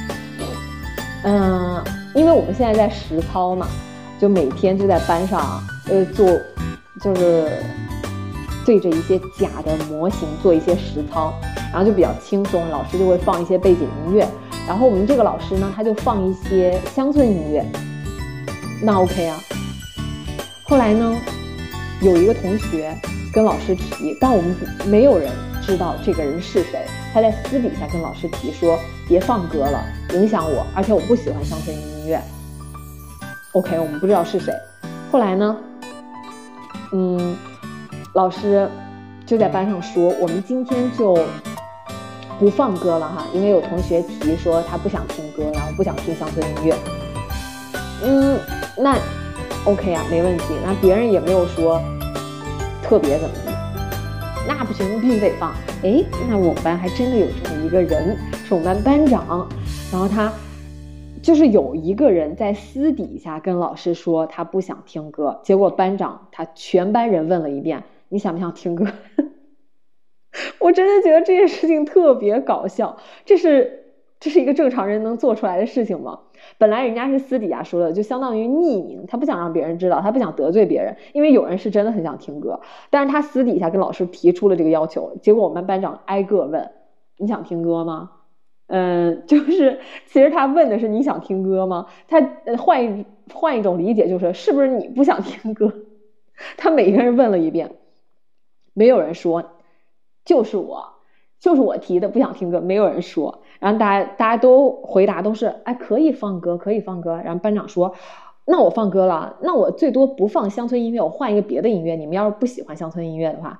嗯，因为我们现在在实操嘛，就每天就在班上呃做，就是对着一些假的模型做一些实操，然后就比较轻松，老师就会放一些背景音乐，然后我们这个老师呢，他就放一些乡村音乐，那 OK 啊。后来呢，有一个同学跟老师提，但我们没有人知道这个人是谁。他在私底下跟老师提说，别放歌了，影响我，而且我不喜欢乡村音乐。OK， 我们不知道是谁。后来呢，嗯，老师就在班上说，我们今天就不放歌了哈，因为有同学提说他不想听歌，然后不想听乡村音乐。嗯，那 OK 啊，没问题。那别人也没有说特别怎么地，那不行，必须得放。哎，那我们班还真的有这么一个人，是我们班班长，然后他就是有一个人在私底下跟老师说他不想听歌，结果班长他全班人问了一遍，你想不想听歌？我真的觉得这件事情特别搞笑，这是这是一个正常人能做出来的事情吗？本来人家是私底下说的，就相当于匿名，他不想让别人知道，他不想得罪别人，因为有人是真的很想听歌，但是他私底下跟老师提出了这个要求，结果我们班长挨个问，你想听歌吗？嗯，就是其实他问的是你想听歌吗？他换一换一种理解就是是不是你不想听歌？他每个人问了一遍，没有人说就是我，就是我提的不想听歌，没有人说。然后大家大家都回答都是哎可以放歌可以放歌。然后班长说那我放歌了，那我最多不放乡村音乐，我换一个别的音乐，你们要是不喜欢乡村音乐的话，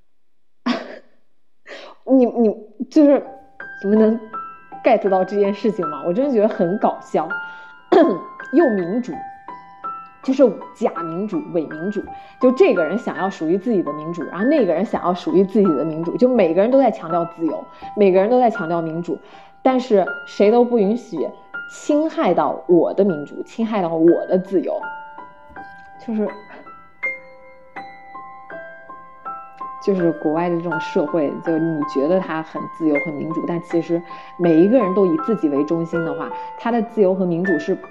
你你就是你们能 get 到这件事情吗？我真的觉得很搞笑。又民主，就是假民主伪民主，就这个人想要属于自己的民主，然后那个人想要属于自己的民主，就每个人都在强调自由，每个人都在强调民主，但是谁都不允许侵害到我的民主，侵害到我的自由。就是就是国外的这种社会，就你觉得它很自由很民主，但其实每一个人都以自己为中心的话，他的自由和民主是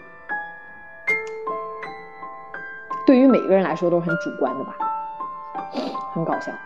对于每个人来说都是很主观的吧，很搞笑。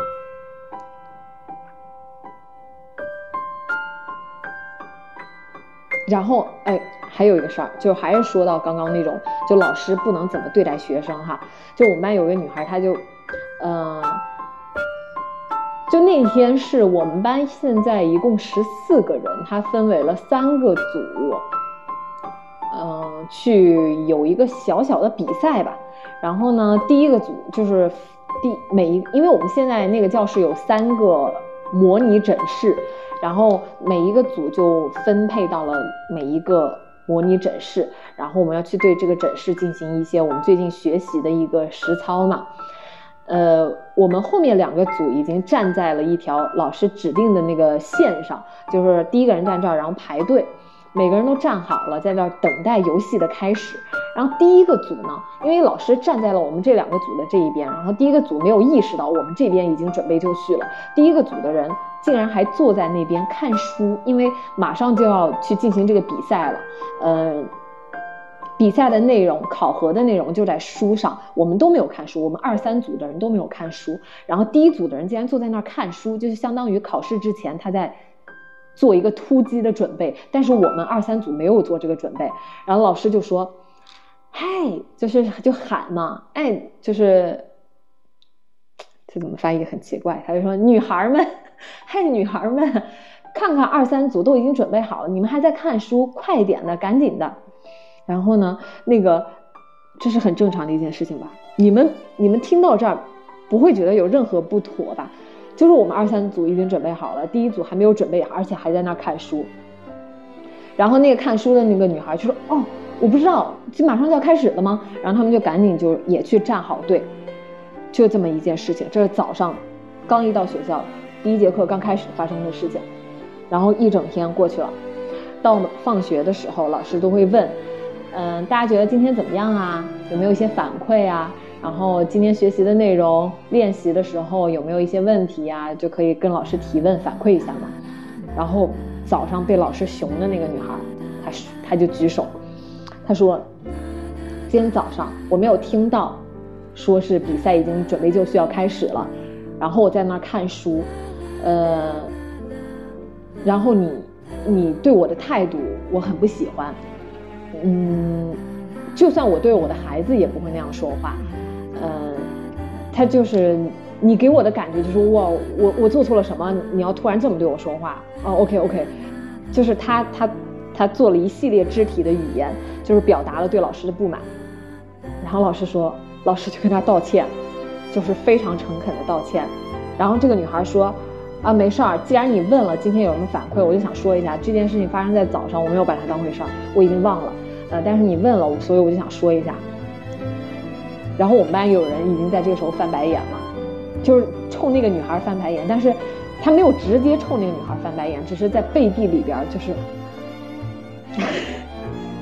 然后哎，还有一个事儿，就还是说到刚刚那种，就老师不能怎么对待学生哈。就我们班有个女孩，她就嗯、呃，就那天是我们班现在一共十四个人，她分为了三个组，嗯、呃，去有一个小小的比赛吧。然后呢，第一个组就是第每一，因为我们现在那个教室有三个模拟诊室，然后每一个组就分配到了每一个模拟诊室，然后我们要去对这个诊室进行一些我们最近学习的一个实操嘛。呃，我们后面两个组已经站在了一条老师指定的那个线上，就是第一个人站这儿，然后排队，每个人都站好了，在这儿等待游戏的开始。然后第一个组呢，因为老师站在了我们这两个组的这一边，然后第一个组没有意识到我们这边已经准备就绪了，第一个组的人竟然还坐在那边看书，因为马上就要去进行这个比赛了，呃，比赛的内容考核的内容就在书上，我们都没有看书，我们二三组的人都没有看书，然后第一组的人竟然坐在那儿看书，就是相当于考试之前他在做一个突击的准备，但是我们二三组没有做这个准备。然后老师就说嗨，就是就喊嘛，哎，就是这怎么翻译很奇怪，他就说女孩们，嗨，女孩们，看看二三组都已经准备好了，你们还在看书，快一点的，赶紧的。然后呢，那个这是很正常的一件事情吧，你们你们听到这儿不会觉得有任何不妥吧？就是我们二三组已经准备好了，第一组还没有准备，而且还在那看书。然后那个看书的那个女孩就说哦，我不知道就马上就要开始了吗？然后他们就赶紧就也去站好队，就这么一件事情。这是早上刚一到学校第一节课刚开始发生的事情，然后一整天过去了。到我们放学的时候，老师都会问嗯，大家觉得今天怎么样啊？有没有一些反馈啊？然后今天学习的内容练习的时候有没有一些问题啊？就可以跟老师提问反馈一下嘛。然后早上被老师熊的那个女孩，她她就举手，她说今天早上我没有听到说是比赛已经准备就绪要开始了，然后我在那儿看书，呃，然后你你对我的态度我很不喜欢，嗯，就算我对我的孩子也不会那样说话，嗯，他就是你给我的感觉就是哇，我我做错了什么？你要突然这么对我说话？哦 ，OK OK， 就是他他他做了一系列肢体的语言，就是表达了对老师的不满。然后老师说，老师就跟他道歉，就是非常诚恳的道歉。然后这个女孩说啊，没事儿，既然你问了今天有什么反馈，我就想说一下这件事情发生在早上，我没有把它当回事儿，我已经忘了，呃，但是你问了，所以我就想说一下。然后我们班有人已经在这个时候翻白眼了，就是冲那个女孩翻白眼，但是他没有直接冲那个女孩翻白眼，只是在背地里边就是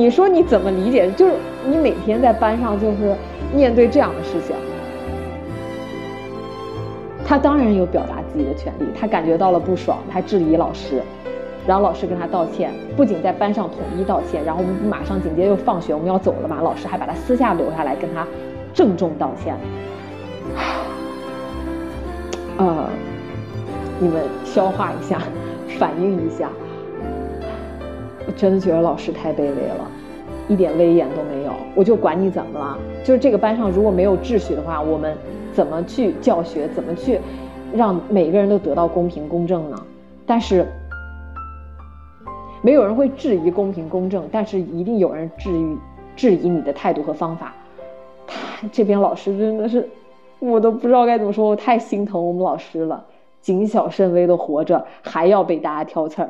你说你怎么理解？就是你每天在班上就是面对这样的事情，他当然有表达自己的权利，他感觉到了不爽，他质疑老师，然后老师跟他道歉，不仅在班上统一道歉，然后我们马上紧接着又放学，我们要走了嘛，老师还把他私下留下来跟他郑重道歉。呃，你们消化一下，反应一下。我真的觉得老师太卑微了，一点威严都没有。我就管你怎么了，就是这个班上如果没有秩序的话，我们怎么去教学，怎么去让每个人都得到公平公正呢？但是没有人会质疑公平公正，但是一定有人质疑质疑你的态度和方法。他这边老师真的是，我都不知道该怎么说，我太心疼我们老师了，谨小慎微的活着，还要被大家挑刺儿。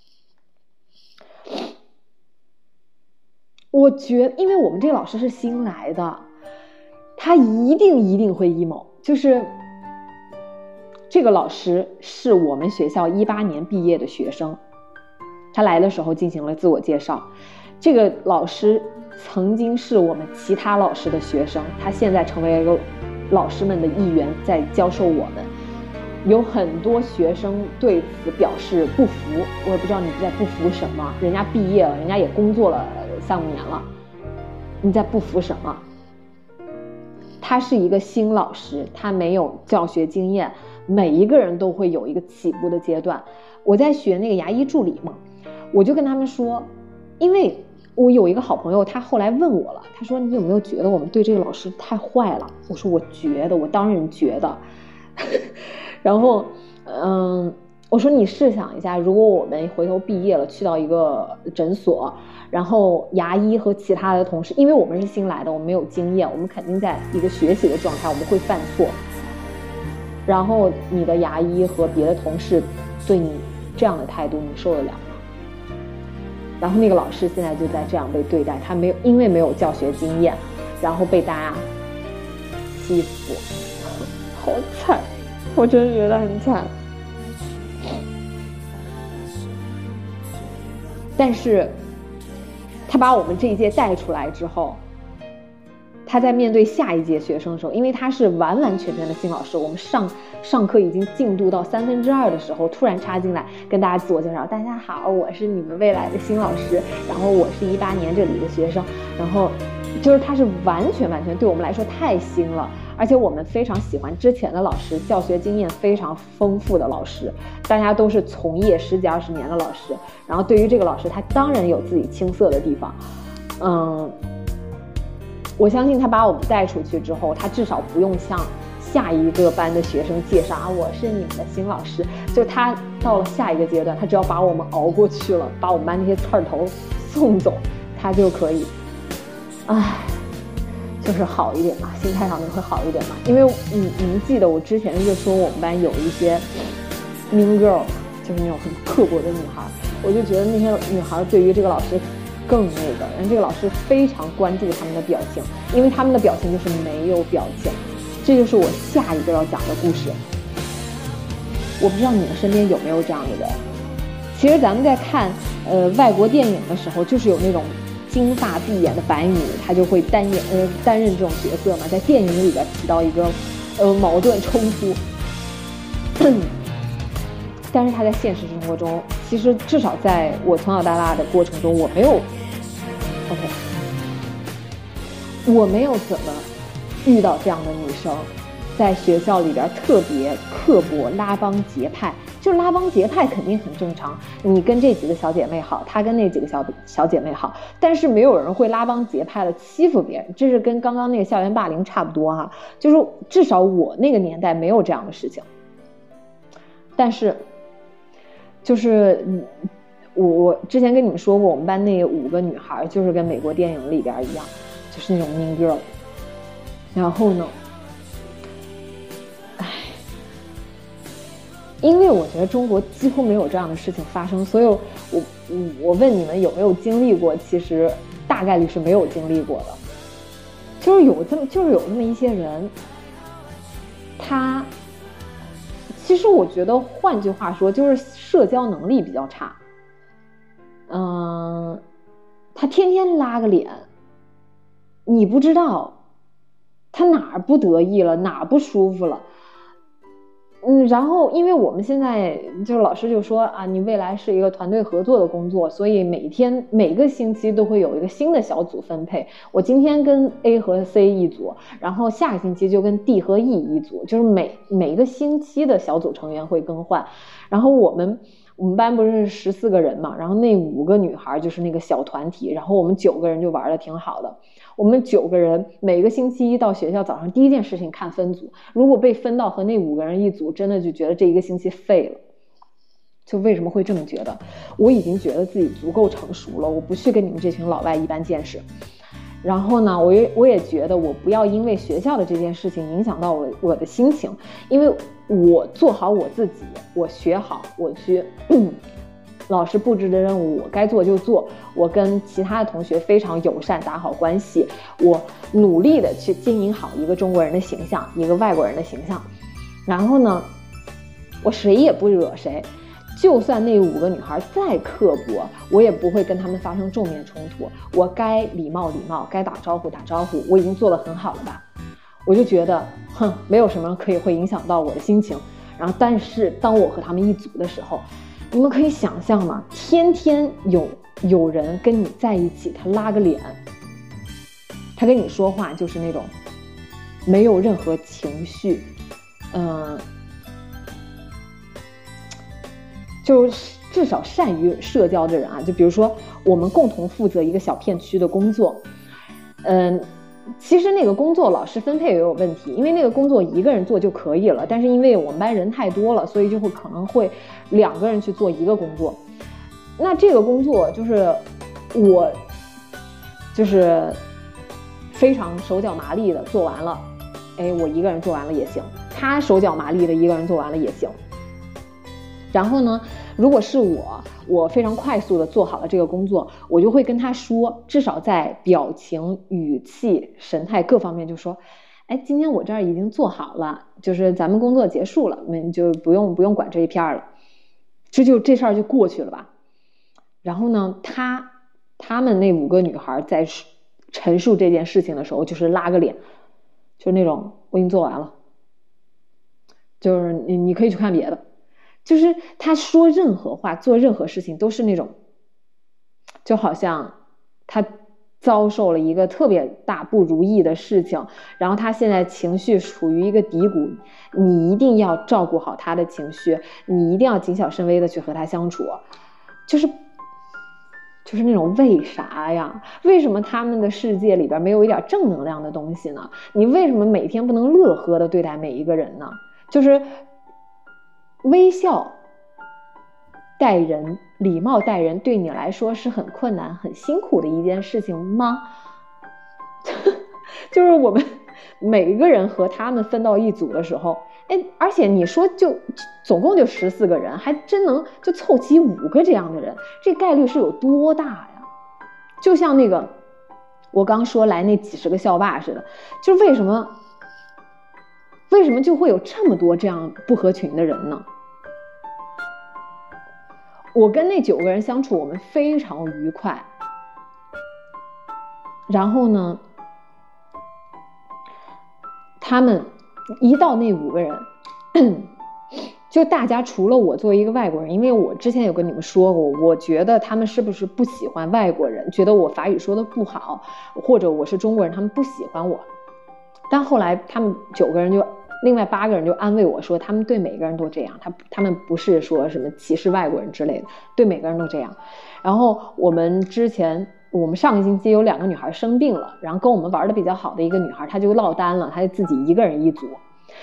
我觉得，因为我们这个老师是新来的，他一定一定会阴谋。就是这个老师是我们学校一八年毕业的学生，他来的时候进行了自我介绍。这个老师曾经是我们其他老师的学生，他现在成为了老师们的一员，在教授我们。有很多学生对此表示不服，我也不知道你在不服什么，人家毕业了，人家也工作了三五年了，你在不服什么？他是一个新老师，他没有教学经验，每一个人都会有一个起步的阶段。我在学那个牙医助理嘛，我就跟他们说，因为我有一个好朋友，他后来问我了，他说你有没有觉得我们对这个老师太坏了？我说我觉得，我当然觉得。然后嗯，我说你试想一下，如果我们回头毕业了，去到一个诊所，然后牙医和其他的同事，因为我们是新来的，我们没有经验，我们肯定在一个学习的状态，我们会犯错，然后你的牙医和别的同事对你这样的态度，你受得了吗？然后那个老师现在就在这样被对待，他没有，因为没有教学经验，然后被大家欺负，好惨，我真的觉得很惨。但是他把我们这一届带出来之后，他在面对下一届学生的时候，因为他是完完全全的新老师，我们上上课已经进度到三分之二的时候，突然插进来跟大家自我介绍，大家好，我是你们未来的新老师，然后我是一八年这里的学生，然后就是他是完全完全对我们来说太新了，而且我们非常喜欢之前的老师，教学经验非常丰富的老师，大家都是从业十几二十年的老师，然后对于这个老师他当然有自己青涩的地方，嗯，我相信他把我们带出去之后，他至少不用向下一个班的学生介绍啊，我是你们的新老师，就他到了下一个阶段，他只要把我们熬过去了，把我们班那些刺儿头送走，他就可以唉，就是好一点嘛，心态上面会好一点嘛。因为你你们记得我之前就说我们班有一些 mean girl， 就是那种很刻薄的女孩，我就觉得那些女孩对于这个老师更那个，然后这个老师非常关注他们的表情，因为他们的表情就是没有表情。这就是我下一个要讲的故事。我不知道你们身边有没有这样的人。其实咱们在看呃外国电影的时候，就是有那种金发碧眼的白女，她就会担演呃担任这种角色嘛，在电影里边起到一个呃矛盾冲突。但是她在现实生活中，其实至少在我从小到大的过程中，我没有 OK， 我没有怎么遇到这样的女生，在学校里边特别刻薄、拉帮结派。就是拉帮结派肯定很正常，你跟这几个小姐妹好，她跟那几个小小姐妹好，但是没有人会拉帮结派的欺负别人，这是跟刚刚那个校园霸凌差不多哈。就是至少我那个年代没有这样的事情。但是，就是我我之前跟你们说过，我们班那五个女孩就是跟美国电影里边一样，就是那种 mean girl。然后呢，唉，因为我觉得中国几乎没有这样的事情发生，所以我我我问你们有没有经历过，其实大概率是没有经历过的。就是有这么就是有这么一些人，他其实我觉得换句话说就是社交能力比较差。嗯，他他天天拉个脸，你不知道他哪儿不得意了，哪儿不舒服了。嗯，然后因为我们现在就是老师就说啊，你未来是一个团队合作的工作，所以每天每个星期都会有一个新的小组分配。我今天跟 A 和 C 一组，然后下个星期就跟 D 和 E 一组，就是每每一个星期的小组成员会更换。然后我们我们班不是十四个人嘛，然后那五个女孩就是那个小团体，然后我们九个人就玩的挺好的。我们九个人每个星期一到学校早上第一件事情看分组，如果被分到和那五个人一组，真的就觉得这一个星期废了。就为什么会这么觉得？我已经觉得自己足够成熟了，我不去跟你们这群老外一般见识。然后呢，我也我也觉得我不要因为学校的这件事情影响到我我的心情，因为我做好我自己，我学好，我去嗯老师布置的任务我该做就做，我跟其他的同学非常友善，打好关系，我努力的去经营好一个中国人的形象，一个外国人的形象。然后呢，我谁也不惹谁，就算那五个女孩再刻薄，我也不会跟她们发生正面冲突。我该礼貌礼貌，该打招呼打招呼，我已经做得很好了吧。我就觉得哼，没有什么可以会影响到我的心情。然后但是当我和他们一组的时候，你们可以想象吗？天天有有人跟你在一起，他拉个脸，他跟你说话就是那种没有任何情绪，嗯、呃，就至少善于社交的人啊。就比如说我们共同负责一个小片区的工作，嗯、呃。其实那个工作老师分配也有问题，因为那个工作一个人做就可以了，但是因为我们班人太多了，所以就会可能会两个人去做一个工作。那这个工作就是我就是非常手脚麻利的做完了，哎，我一个人做完了也行，他手脚麻利的一个人做完了也行。然后呢，如果是我我非常快速的做好了这个工作，我就会跟他说，至少在表情语气神态各方面就说，哎，今天我这儿已经做好了，就是咱们工作结束了，我们就不用不用管这一片了，这就这事儿就过去了吧。然后呢，他他们那五个女孩在陈述这件事情的时候，就是拉个脸，就是那种我已经做完了，就是你你可以去看别的。就是他说任何话做任何事情都是那种就好像他遭受了一个特别大不如意的事情，然后他现在情绪处于一个低谷，你一定要照顾好他的情绪，你一定要谨小慎微的去和他相处。就是就是那种为啥呀？为什么他们的世界里边没有一点正能量的东西呢？你为什么每天不能乐呵的对待每一个人呢？就是微笑待人，礼貌待人，对你来说是很困难很辛苦的一件事情吗？就是我们每一个人和他们分到一组的时候，哎，而且你说就总共就十四个人，还真能就凑齐五个这样的人，这概率是有多大呀？就像那个我刚说来那几十个校霸似的，就是为什么为什么就会有这么多这样不合群的人呢？我跟那九个人相处，我们非常愉快。然后呢，他们一到那五个人，就大家除了我作为一个外国人，因为我之前有跟你们说过，我觉得他们是不是不喜欢外国人，觉得我法语说的不好，或者我是中国人，他们不喜欢我。但后来他们九个人就另外八个人就安慰我说，他们对每个人都这样，他他们不是说什么歧视外国人之类的，对每个人都这样。然后我们之前我们上个星期有两个女孩生病了，然后跟我们玩的比较好的一个女孩她就落单了，她就自己一个人一组。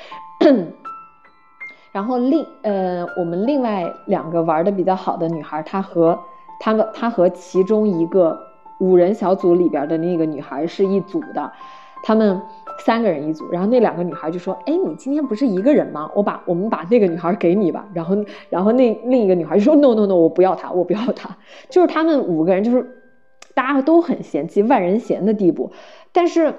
然后另呃我们另外两个玩的比较好的女孩，她和她们她和其中一个五人小组里边的那个女孩是一组的，他们三个人一组。然后那两个女孩就说，哎，你今天不是一个人吗？我把我们把那个女孩给你吧。然后然后那另一个女孩就说 no no no 我不要她我不要她。就是他们五个人就是大家都很嫌弃，万人嫌的地步。但是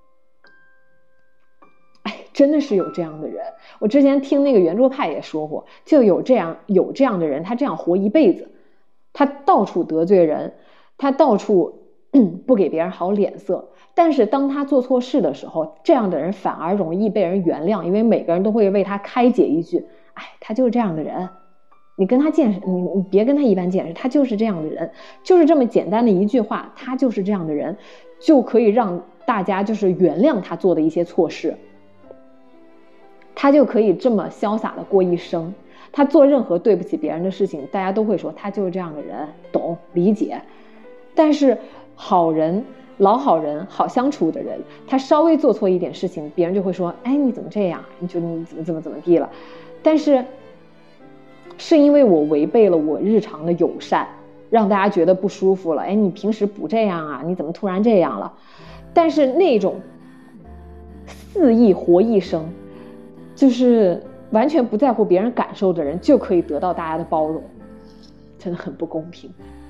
哎，真的是有这样的人。我之前听那个圆桌派也说过，就有这样有这样的人，他这样活一辈子，他到处得罪人，他到处不给别人好脸色。但是当他做错事的时候，这样的人反而容易被人原谅，因为每个人都会为他开解一句，哎，他就是这样的人，你跟他见识，你你别跟他一般见识，他就是这样的人，就是这么简单的一句话，他就是这样的人，就可以让大家就是原谅他做的一些错事，他就可以这么潇洒的过一生。他做任何对不起别人的事情，大家都会说他就是这样的人，懂理解。但是好人老好人好相处的人，他稍微做错一点事情，别人就会说，哎，你怎么这样，你就你怎么怎么怎么地了。但是是因为我违背了我日常的友善，让大家觉得不舒服了，哎，你平时不这样啊，你怎么突然这样了。但是那种肆意活一生，就是完全不在乎别人感受的人，就可以得到大家的包容，真的很不公平。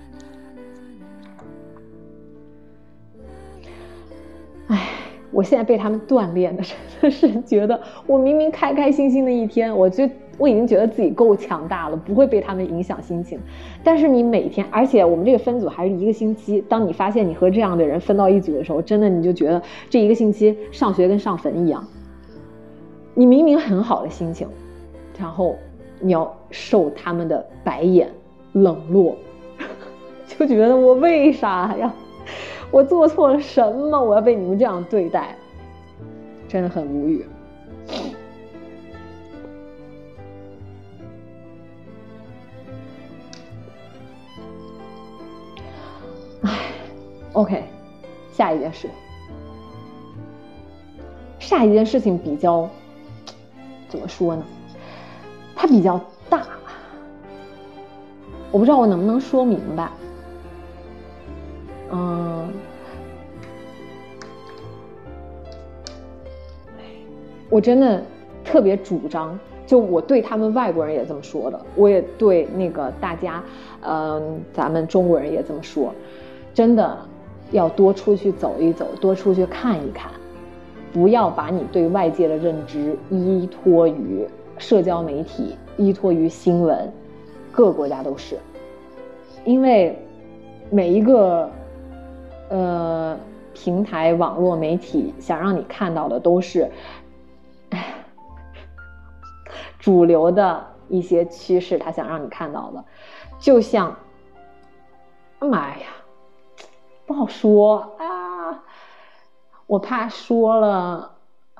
哎，我现在被他们锻炼的真的是觉得，我明明开开心心的一天，我就我已经觉得自己够强大了，不会被他们影响心情。但是你每天，而且我们这个分组还是一个星期，当你发现你和这样的人分到一组的时候，真的你就觉得这一个星期上学跟上坟一样。你明明很好的心情，然后你要受他们的白眼冷落，就觉得我为啥呀？我做错了什么？我要被你们这样对待，真的很无语。唉 ，OK， 下一件事，下一件事情比较怎么说呢？它比较大，我不知道我能不能说明白。嗯，我真的特别主张，就我对他们外国人也这么说的，我也对那个大家，嗯，咱们中国人也这么说，真的要多出去走一走，多出去看一看，不要把你对外界的认知依托于社交媒体，依托于新闻，各个国家都是，因为每一个呃平台网络媒体想让你看到的都是主流的一些趋势，他想让你看到的，就像妈呀不好说啊，我怕说了，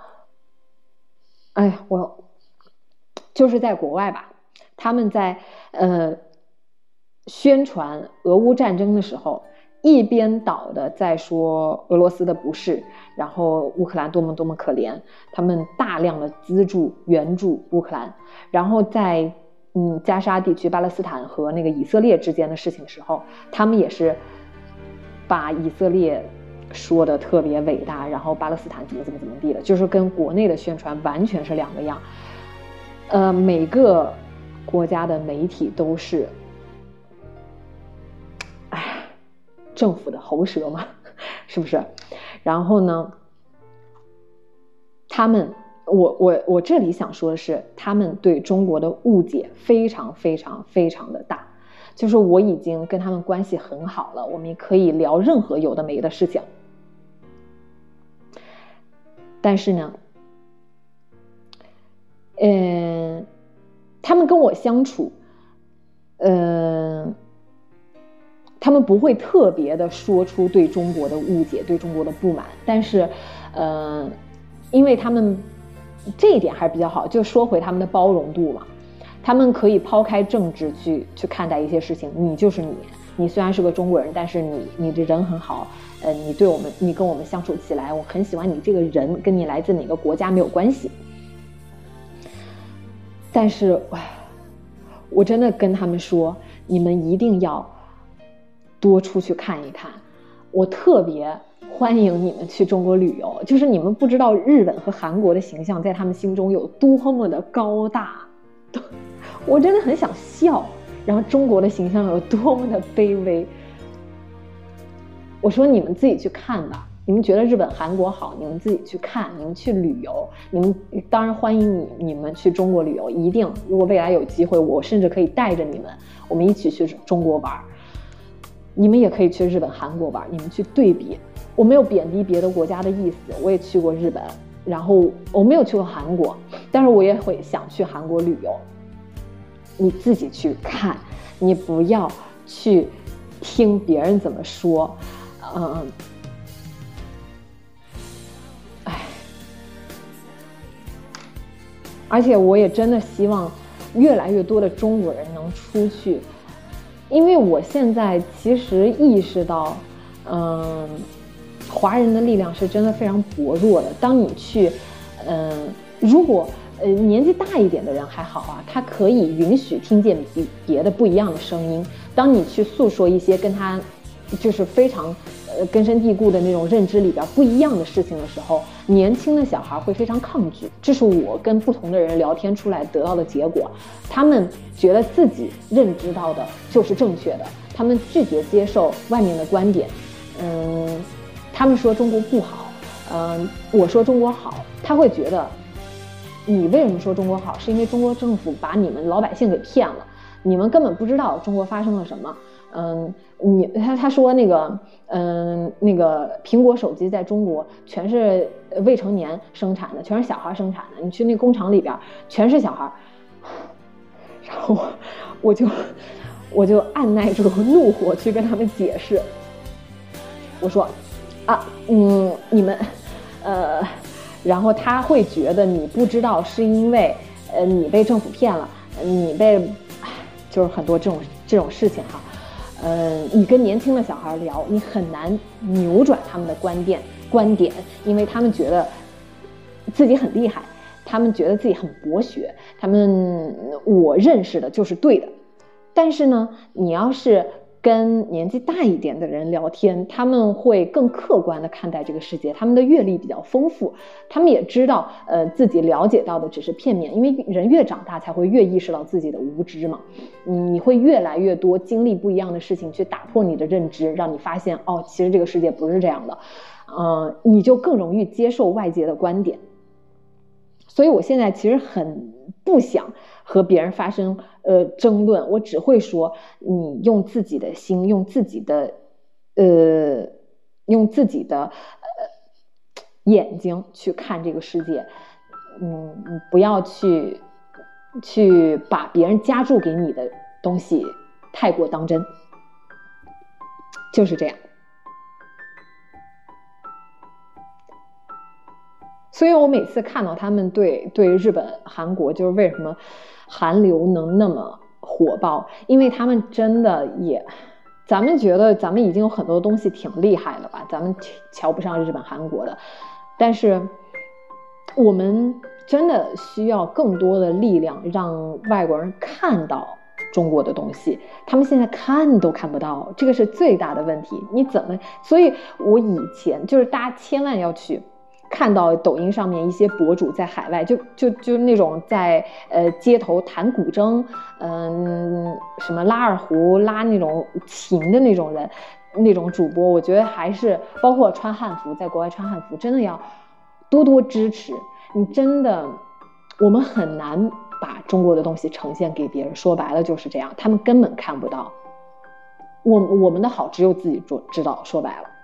哎，我就是在国外吧，他们在呃宣传俄乌战争的时候，一边倒的在说俄罗斯的不是，然后乌克兰多么多么可怜，他们大量的资助援助乌克兰，然后在嗯加沙地区巴勒斯坦和那个以色列之间的事情的时候，他们也是把以色列说的特别伟大，然后巴勒斯坦怎么怎么怎么地的，就是跟国内的宣传完全是两个样。呃，每个国家的媒体都是，哎，政府的喉舌嘛，是不是？然后呢，他们，我我我这里想说的是，他们对中国的误解非常非常非常的大。就是我已经跟他们关系很好了，我们也可以聊任何有的没的事情。但是呢，嗯，他们跟我相处，嗯，他们不会特别的说出对中国的误解，对中国的不满，但是，嗯，因为他们这一点还是比较好，就说回他们的包容度嘛。他们可以抛开政治去去看待一些事情，你就是你，你虽然是个中国人，但是你你的人很好，呃，你对我们，你跟我们相处起来，我很喜欢你这个人，跟你来自哪个国家没有关系。但是，我真的跟他们说，你们一定要多出去看一看，我特别欢迎你们去中国旅游，就是你们不知道日本和韩国的形象在他们心中有多么的高大。我真的很想笑，然后中国的形象有多么的卑微。我说你们自己去看吧，你们觉得日本韩国好，你们自己去看，你们去旅游，你们当然欢迎你你们去中国旅游，一定，如果未来有机会，我甚至可以带着你们，我们一起去中国玩。 你们也可以去日本、韩国玩，你们去对比。我没有贬低别的国家的意思，我也去过日本，然后我没有去过韩国，但是我也会想去韩国旅游。你自己去看，你不要去听别人怎么说。嗯，哎，而且我也真的希望越来越多的中国人能出去，因为我现在其实意识到，嗯，华人的力量是真的非常薄弱的。当你去，嗯，如果呃年纪大一点的人还好啊，他可以允许听见比别的不一样的声音。当你去诉说一些跟他就是非常呃根深蒂固的那种认知里边不一样的事情的时候，年轻的小孩会非常抗拒。这是我跟不同的人聊天出来得到的结果。他们觉得自己认知到的就是正确的，他们拒绝接受外面的观点。嗯，他们说中国不好，嗯，我说中国好，他会觉得你为什么说中国好？是因为中国政府把你们老百姓给骗了，你们根本不知道中国发生了什么。嗯，你他他说那个，嗯，那个苹果手机在中国全是未成年生产的，全是小孩生产的。你去那工厂里边，全是小孩。然后我就我就按耐住怒火去跟他们解释，我说啊，嗯，你们，呃，然后他会觉得你不知道是因为呃你被政府骗了，你被，就是很多这种这种事情哈。呃，你跟年轻的小孩聊，你很难扭转他们的观点观点，因为他们觉得自己很厉害，他们觉得自己很博学，他们我认识的就是对的。但是呢，你要是跟年纪大一点的人聊天，他们会更客观的看待这个世界，他们的阅历比较丰富，他们也知道呃自己了解到的只是片面，因为人越长大才会越意识到自己的无知嘛。嗯，你会越来越多经历不一样的事情去打破你的认知，让你发现哦，其实这个世界不是这样的。呃，你就更容易接受外界的观点。所以我现在其实很不想和别人发生呃争论，我只会说你用自己的心，用自己的呃用自己的呃眼睛去看这个世界。嗯，不要去去把别人加注给你的东西太过当真，就是这样。所以我每次看到他们对对日本、韩国，就是为什么韩流能那么火爆，因为他们真的也，咱们觉得咱们已经有很多东西挺厉害了吧，咱们瞧不上日本、韩国的，但是我们真的需要更多的力量，让外国人看到中国的东西，他们现在看都看不到，这个是最大的问题。你怎么？所以我以前就是大家千万要去看到抖音上面一些博主在海外，就就就那种在呃街头弹古筝，嗯、呃，什么拉二胡、拉那种琴的那种人，那种主播，我觉得还是包括穿汉服，在国外穿汉服，真的要多多支持。你真的，我们很难把中国的东西呈现给别人，说白了就是这样，他们根本看不到。我我们的好只有自己知道，说白了。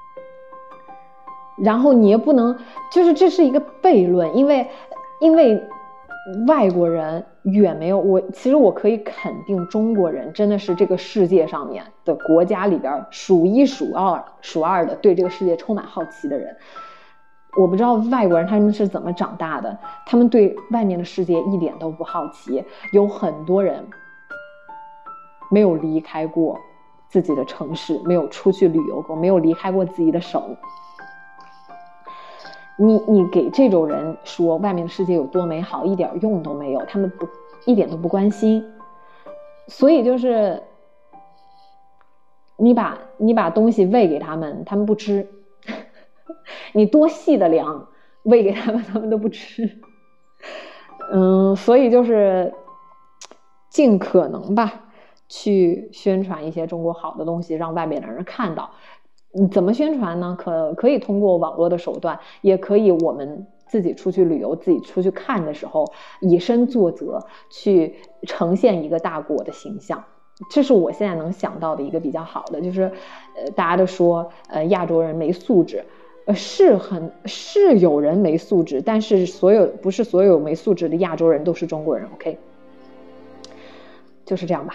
然后你也不能，就是这是一个悖论，因为因为外国人远没有我，其实我可以肯定，中国人真的是这个世界上面的国家里边数一数二数二的对这个世界充满好奇的人。我不知道外国人他们是怎么长大的，他们对外面的世界一点都不好奇，有很多人没有离开过自己的城市，没有出去旅游过，没有离开过自己的省。你你给这种人说外面的世界有多美好，一点用都没有，他们不一点都不关心。所以就是你把你把东西喂给他们，他们不吃。你多细的粮喂给他们，他们都不吃。嗯，所以就是尽可能吧，去宣传一些中国好的东西，让外面的人看到。怎么宣传呢？可可以通过网络的手段，也可以我们自己出去旅游，自己出去看的时候，以身作则，去呈现一个大国的形象。 这是我现在能想到的一个比较好的，就是呃大家都说呃亚洲人没素质，呃是很是有人没素质，但是所有不是所有没素质的亚洲人都是中国人 OK， 就是这样吧。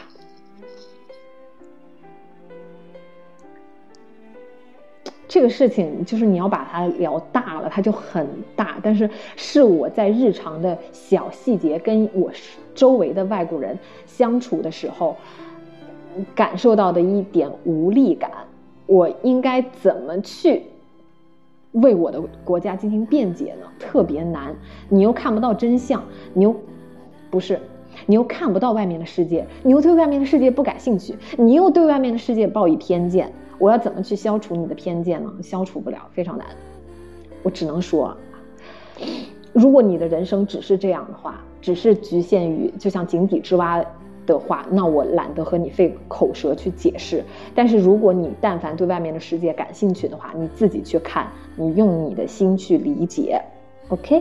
这个事情就是你要把它聊大了，它就很大，但是是我在日常的小细节跟我周围的外国人相处的时候感受到的一点无力感。我应该怎么去为我的国家进行辩解呢？特别难，你又看不到真相，你又不是你又看不到外面的世界，你又对外面的世界不感兴趣，你又对外面的世界抱以偏见，我要怎么去消除你的偏见呢？消除不了，非常难。我只能说，如果你的人生只是这样的话，只是局限于就像井底之蛙的话，那我懒得和你费口舌去解释。但是如果你但凡对外面的世界感兴趣的话，你自己去看，你用你的心去理解 OK。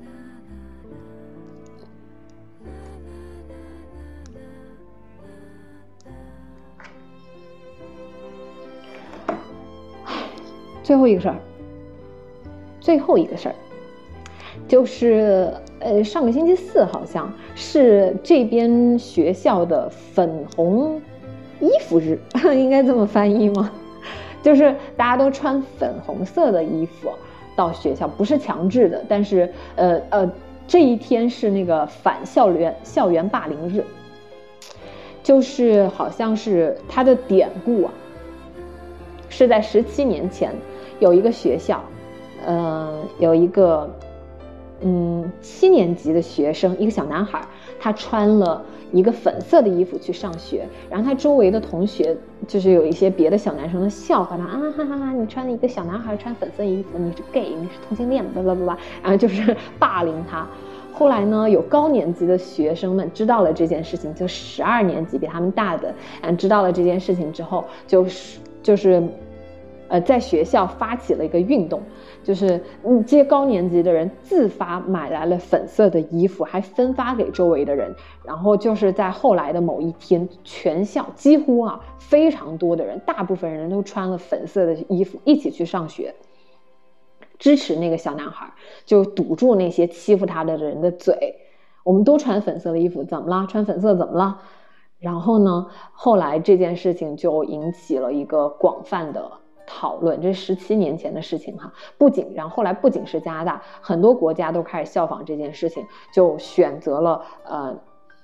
最后一个事儿，最后一个事儿，就是呃，上个星期四好像是这边学校的粉红衣服日，应该这么翻译吗？就是大家都穿粉红色的衣服到学校，不是强制的，但是呃呃，这一天是那个反校园校园霸凌日，就是好像是它的典故啊，是在十七年前。有一个学校，嗯、呃，有一个，嗯，七年级的学生，一个小男孩，他穿了一个粉色的衣服去上学，然后他周围的同学就是有一些别的小男生的笑话他啊哈哈哈，你穿了一个小男孩穿粉色衣服，你是 gay， 你是同性恋，巴拉巴拉，然后就是霸凌他。后来呢，有高年级的学生们知道了这件事情，就十二年级比他们大的，嗯，知道了这件事情之后，就是就是。呃，在学校发起了一个运动，就是嗯，这些高年级的人自发买来了粉色的衣服，还分发给周围的人。然后就是在后来的某一天，全校几乎啊非常多的人，大部分人都穿了粉色的衣服一起去上学，支持那个小男孩，就堵住那些欺负他的人的嘴。我们都穿粉色的衣服，怎么了？穿粉色怎么了？然后呢，后来这件事情就引起了一个广泛的讨论，这是十七年前的事情哈。不仅，然后后来不仅是加拿大，很多国家都开始效仿这件事情，就选择了呃，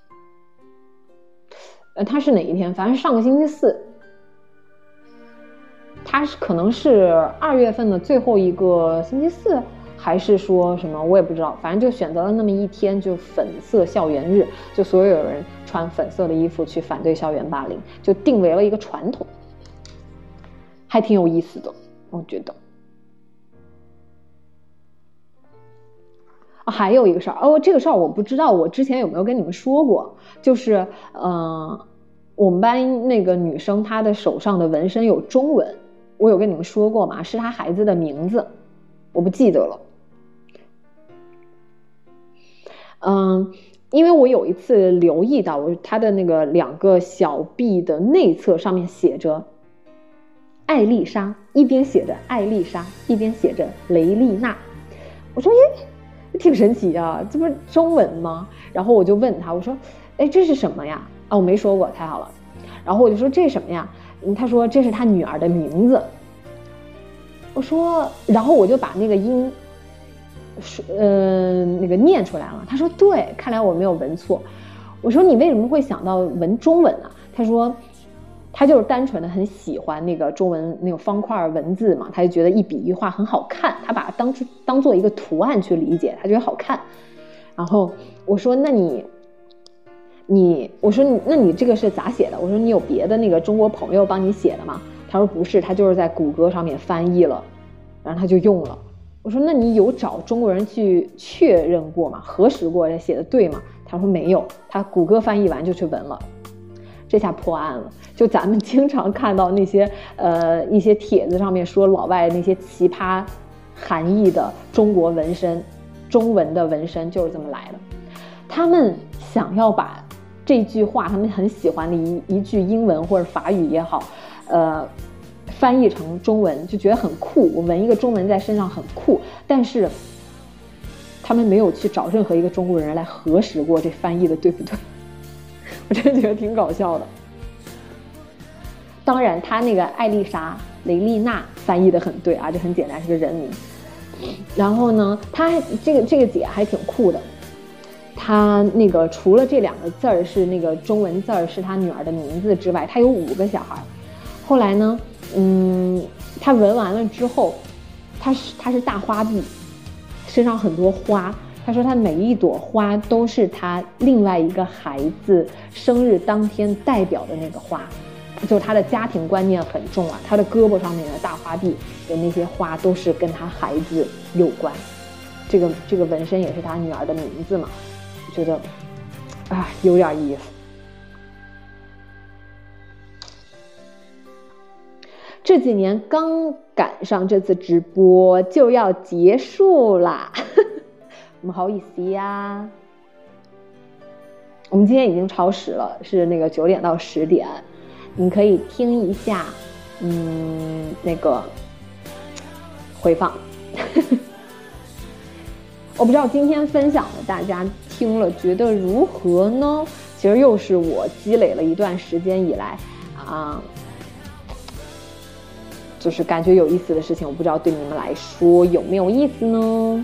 呃，它是哪一天？反正上个星期四，它是可能是二月份的最后一个星期四，还是说什么？我也不知道。反正就选择了那么一天，就粉色校园日，就所有人穿粉色的衣服去反对校园霸凌，就定为了一个传统。还挺有意思的，我觉得。啊，还有一个事儿哦，这个事儿我不知道，我之前有没有跟你们说过？就是，嗯、呃，我们班那个女生，她的手上的纹身有中文，我有跟你们说过吗？是她孩子的名字，我不记得了。嗯，因为我有一次留意到，我她的那个两个小臂的内侧上面写着。艾丽莎，一边写着艾丽莎，一边写着雷丽娜。我说，耶，挺神奇啊，这不是中文吗？然后我就问他，我说，哎，这是什么呀？啊，我没说过，太好了。然后我就说这是什么呀？他说这是他女儿的名字。我说，然后我就把那个音，呃，那个念出来了。他说对，看来我没有文错。我说你为什么会想到文中文啊？他说。他就是单纯的很喜欢那个中文那种方块文字嘛，他就觉得一笔一画很好看，他把它当当做一个图案去理解，他觉得好看。然后我说那你你我说你那你这个是咋写的？我说你有别的那个中国朋友帮你写的吗？他说不是，他就是在谷歌上面翻译了，然后他就用了。我说那你有找中国人去确认过吗？核实过这写的对吗？他说没有，他谷歌翻译完就去纹了。这下破案了，就咱们经常看到那些呃一些帖子上面说老外那些奇葩含义的中国纹身，中文的纹身就是这么来的。他们想要把这句话他们很喜欢的一一句英文或者法语也好，呃，翻译成中文就觉得很酷，我纹一个中文在身上很酷，但是他们没有去找任何一个中国人来核实过这翻译的对不对，我真的觉得挺搞笑的。当然他那个艾丽莎雷丽娜翻译的很对啊，这很简单，是个人名。然后呢，他这个这个姐还挺酷的，她那个除了这两个字儿是那个中文字儿是她女儿的名字之外，她有五个小孩。后来呢，嗯，她纹完了之后，她是她是大花臂，身上很多花。她说她每一朵花都是她另外一个孩子生日当天代表的那个花。就他的家庭观念很重啊，他的胳膊上面的大花臂的那些花都是跟他孩子有关，这个这个纹身也是他女儿的名字嘛，我觉得啊有点意思。这几年刚赶上这次直播就要结束啦，不好意思呀。我们今天已经超时了，是那个九点到十点。你可以听一下，嗯，那个回放。我不知道今天分享的大家听了觉得如何呢？其实又是我积累了一段时间以来啊，就是感觉有意思的事情，我不知道对你们来说有没有意思呢？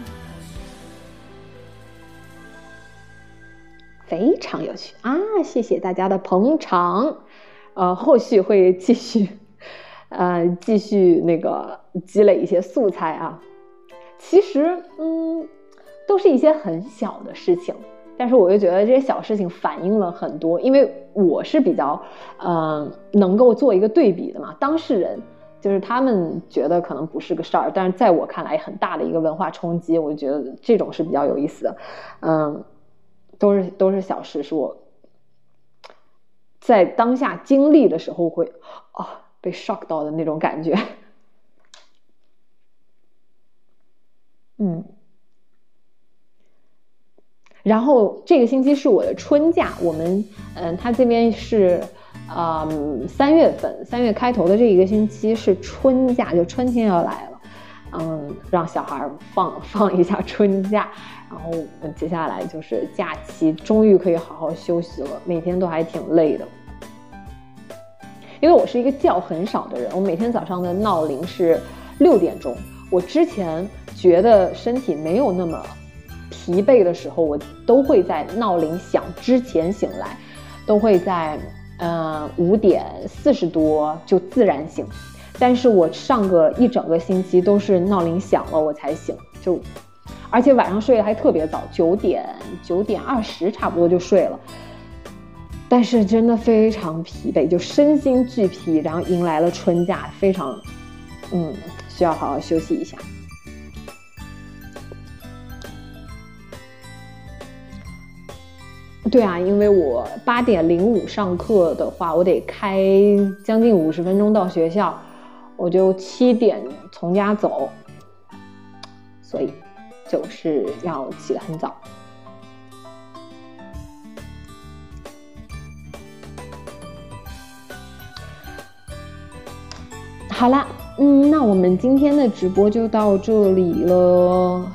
非常有趣啊！谢谢大家的捧场。呃，后续会继续，呃，继续那个积累一些素材啊。其实，嗯，都是一些很小的事情，但是我就觉得这些小事情反映了很多，因为我是比较，嗯、呃，能够做一个对比的嘛。当事人就是他们觉得可能不是个事儿，但是在我看来很大的一个文化冲击，我就觉得这种是比较有意思的。嗯，都是都是小事，是我在当下经历的时候会哦被 shock 到的那种感觉。嗯，然后这个星期是我的春假，我们嗯，他这边是嗯三月份，三月开头的这一个星期是春假，就春天要来了，嗯，让小孩放放一下春假，然后接下来就是假期，终于可以好好休息了，每天都还挺累的。因为我是一个觉很少的人，我每天早上的闹铃是六点钟。我之前觉得身体没有那么疲惫的时候，我都会在闹铃响之前醒来，都会在呃五点四十多就自然醒。但是我上个一整个星期都是闹铃响了我才醒，就而且晚上睡得还特别早，九点九点二十差不多就睡了。但是真的非常疲惫，就身心俱疲，然后迎来了春假，非常嗯需要好好休息一下。对啊，因为我八点零五上课的话，我得开将近五十分钟到学校，我就七点从家走，所以就是要起得很早。好啦，嗯，那我们今天的直播就到这里了。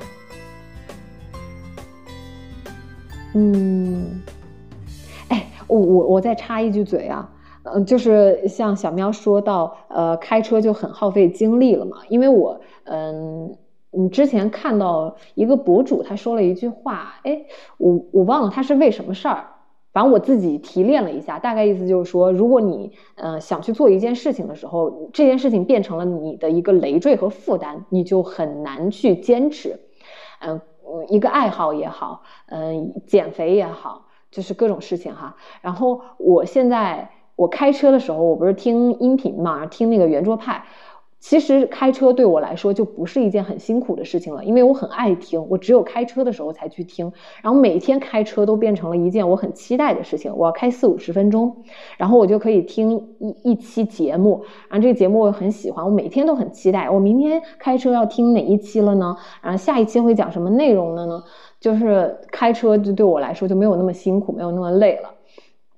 嗯，哎，我我我再插一句嘴啊，嗯、呃，就是像小喵说到，呃，开车就很耗费精力了嘛，因为我，嗯，嗯，之前看到一个博主他说了一句话，哎，我我忘了他是为什么事儿。反正我自己提炼了一下，大概意思就是说，如果你呃想去做一件事情的时候，这件事情变成了你的一个累赘和负担，你就很难去坚持。嗯、呃，一个爱好也好，嗯、呃，减肥也好，就是各种事情哈。然后我现在我开车的时候，我不是听音频嘛，听那个圆桌派。其实开车对我来说就不是一件很辛苦的事情了，因为我很爱听，我只有开车的时候才去听，然后每天开车都变成了一件我很期待的事情，我要开四五十分钟，然后我就可以听一一期节目，然后这个节目我很喜欢，我每天都很期待，我明天开车要听哪一期了呢？然后下一期会讲什么内容的呢？就是开车就对我来说就没有那么辛苦，没有那么累了。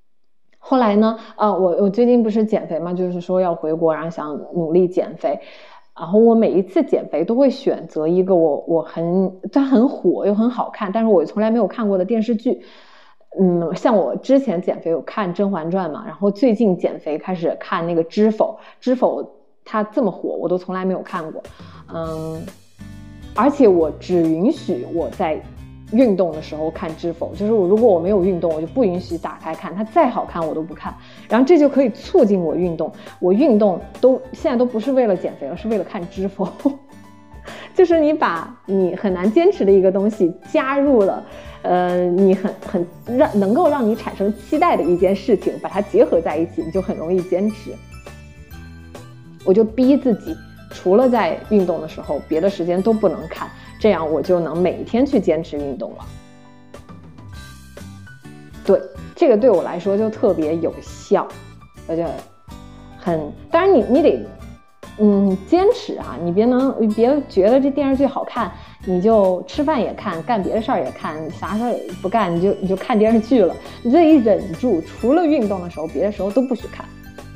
后来呢，呃，我我最近不是减肥嘛，就是说要回国，然后想努力减肥。然后我每一次减肥都会选择一个我我很它很火又很好看，但是我从来没有看过的电视剧。嗯，像我之前减肥有看《甄嬛传》嘛，然后最近减肥开始看那个《知否》，知否它这么火，我都从来没有看过。嗯，而且我只允许我在运动的时候看知否，就是我如果我没有运动，我就不允许打开看，它再好看我都不看。然后这就可以促进我运动，我运动都现在都不是为了减肥了，是为了看知否。就是你把你很难坚持的一个东西加入了，呃，你很很让能够让你产生期待的一件事情，把它结合在一起，你就很容易坚持。我就逼自己，除了在运动的时候，别的时间都不能看，这样我就能每天去坚持运动了。对，这个对我来说就特别有效，而且很，当然你你得。嗯，坚持啊！你别能别觉得这电视剧好看，你就吃饭也看，干别的事儿也看，啥事儿也不干，你就你就看电视剧了。你这一忍住，除了运动的时候，别的时候都不许看。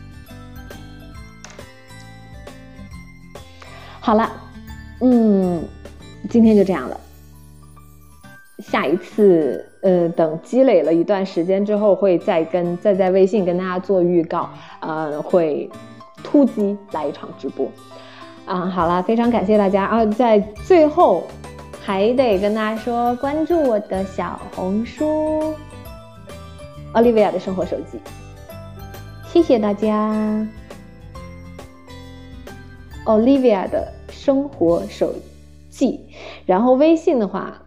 好了，嗯，今天就这样了。下一次，呃，等积累了一段时间之后，会再跟再在微信跟大家做预告，呃，会。突击来一场直播啊！好了，非常感谢大家啊！在最后还得跟大家说，关注我的小红书 Olivia 的生活手记，谢谢大家。Olivia 的生活手记，然后微信的话。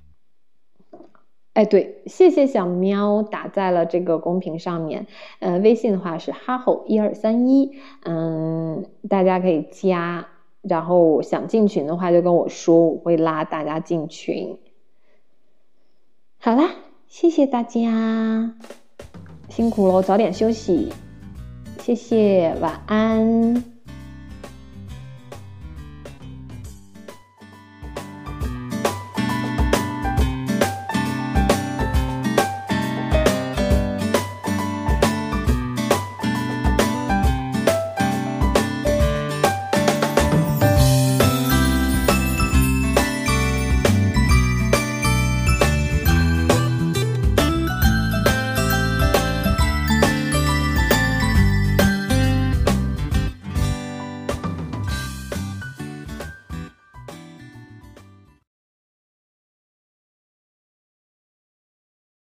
哎，对，谢谢小喵打在了这个公屏上面。呃，微信的话是哈吼一二三一，嗯，大家可以加，然后想进群的话就跟我说，我会拉大家进群。好啦，谢谢大家，辛苦喽，早点休息，谢谢，晚安。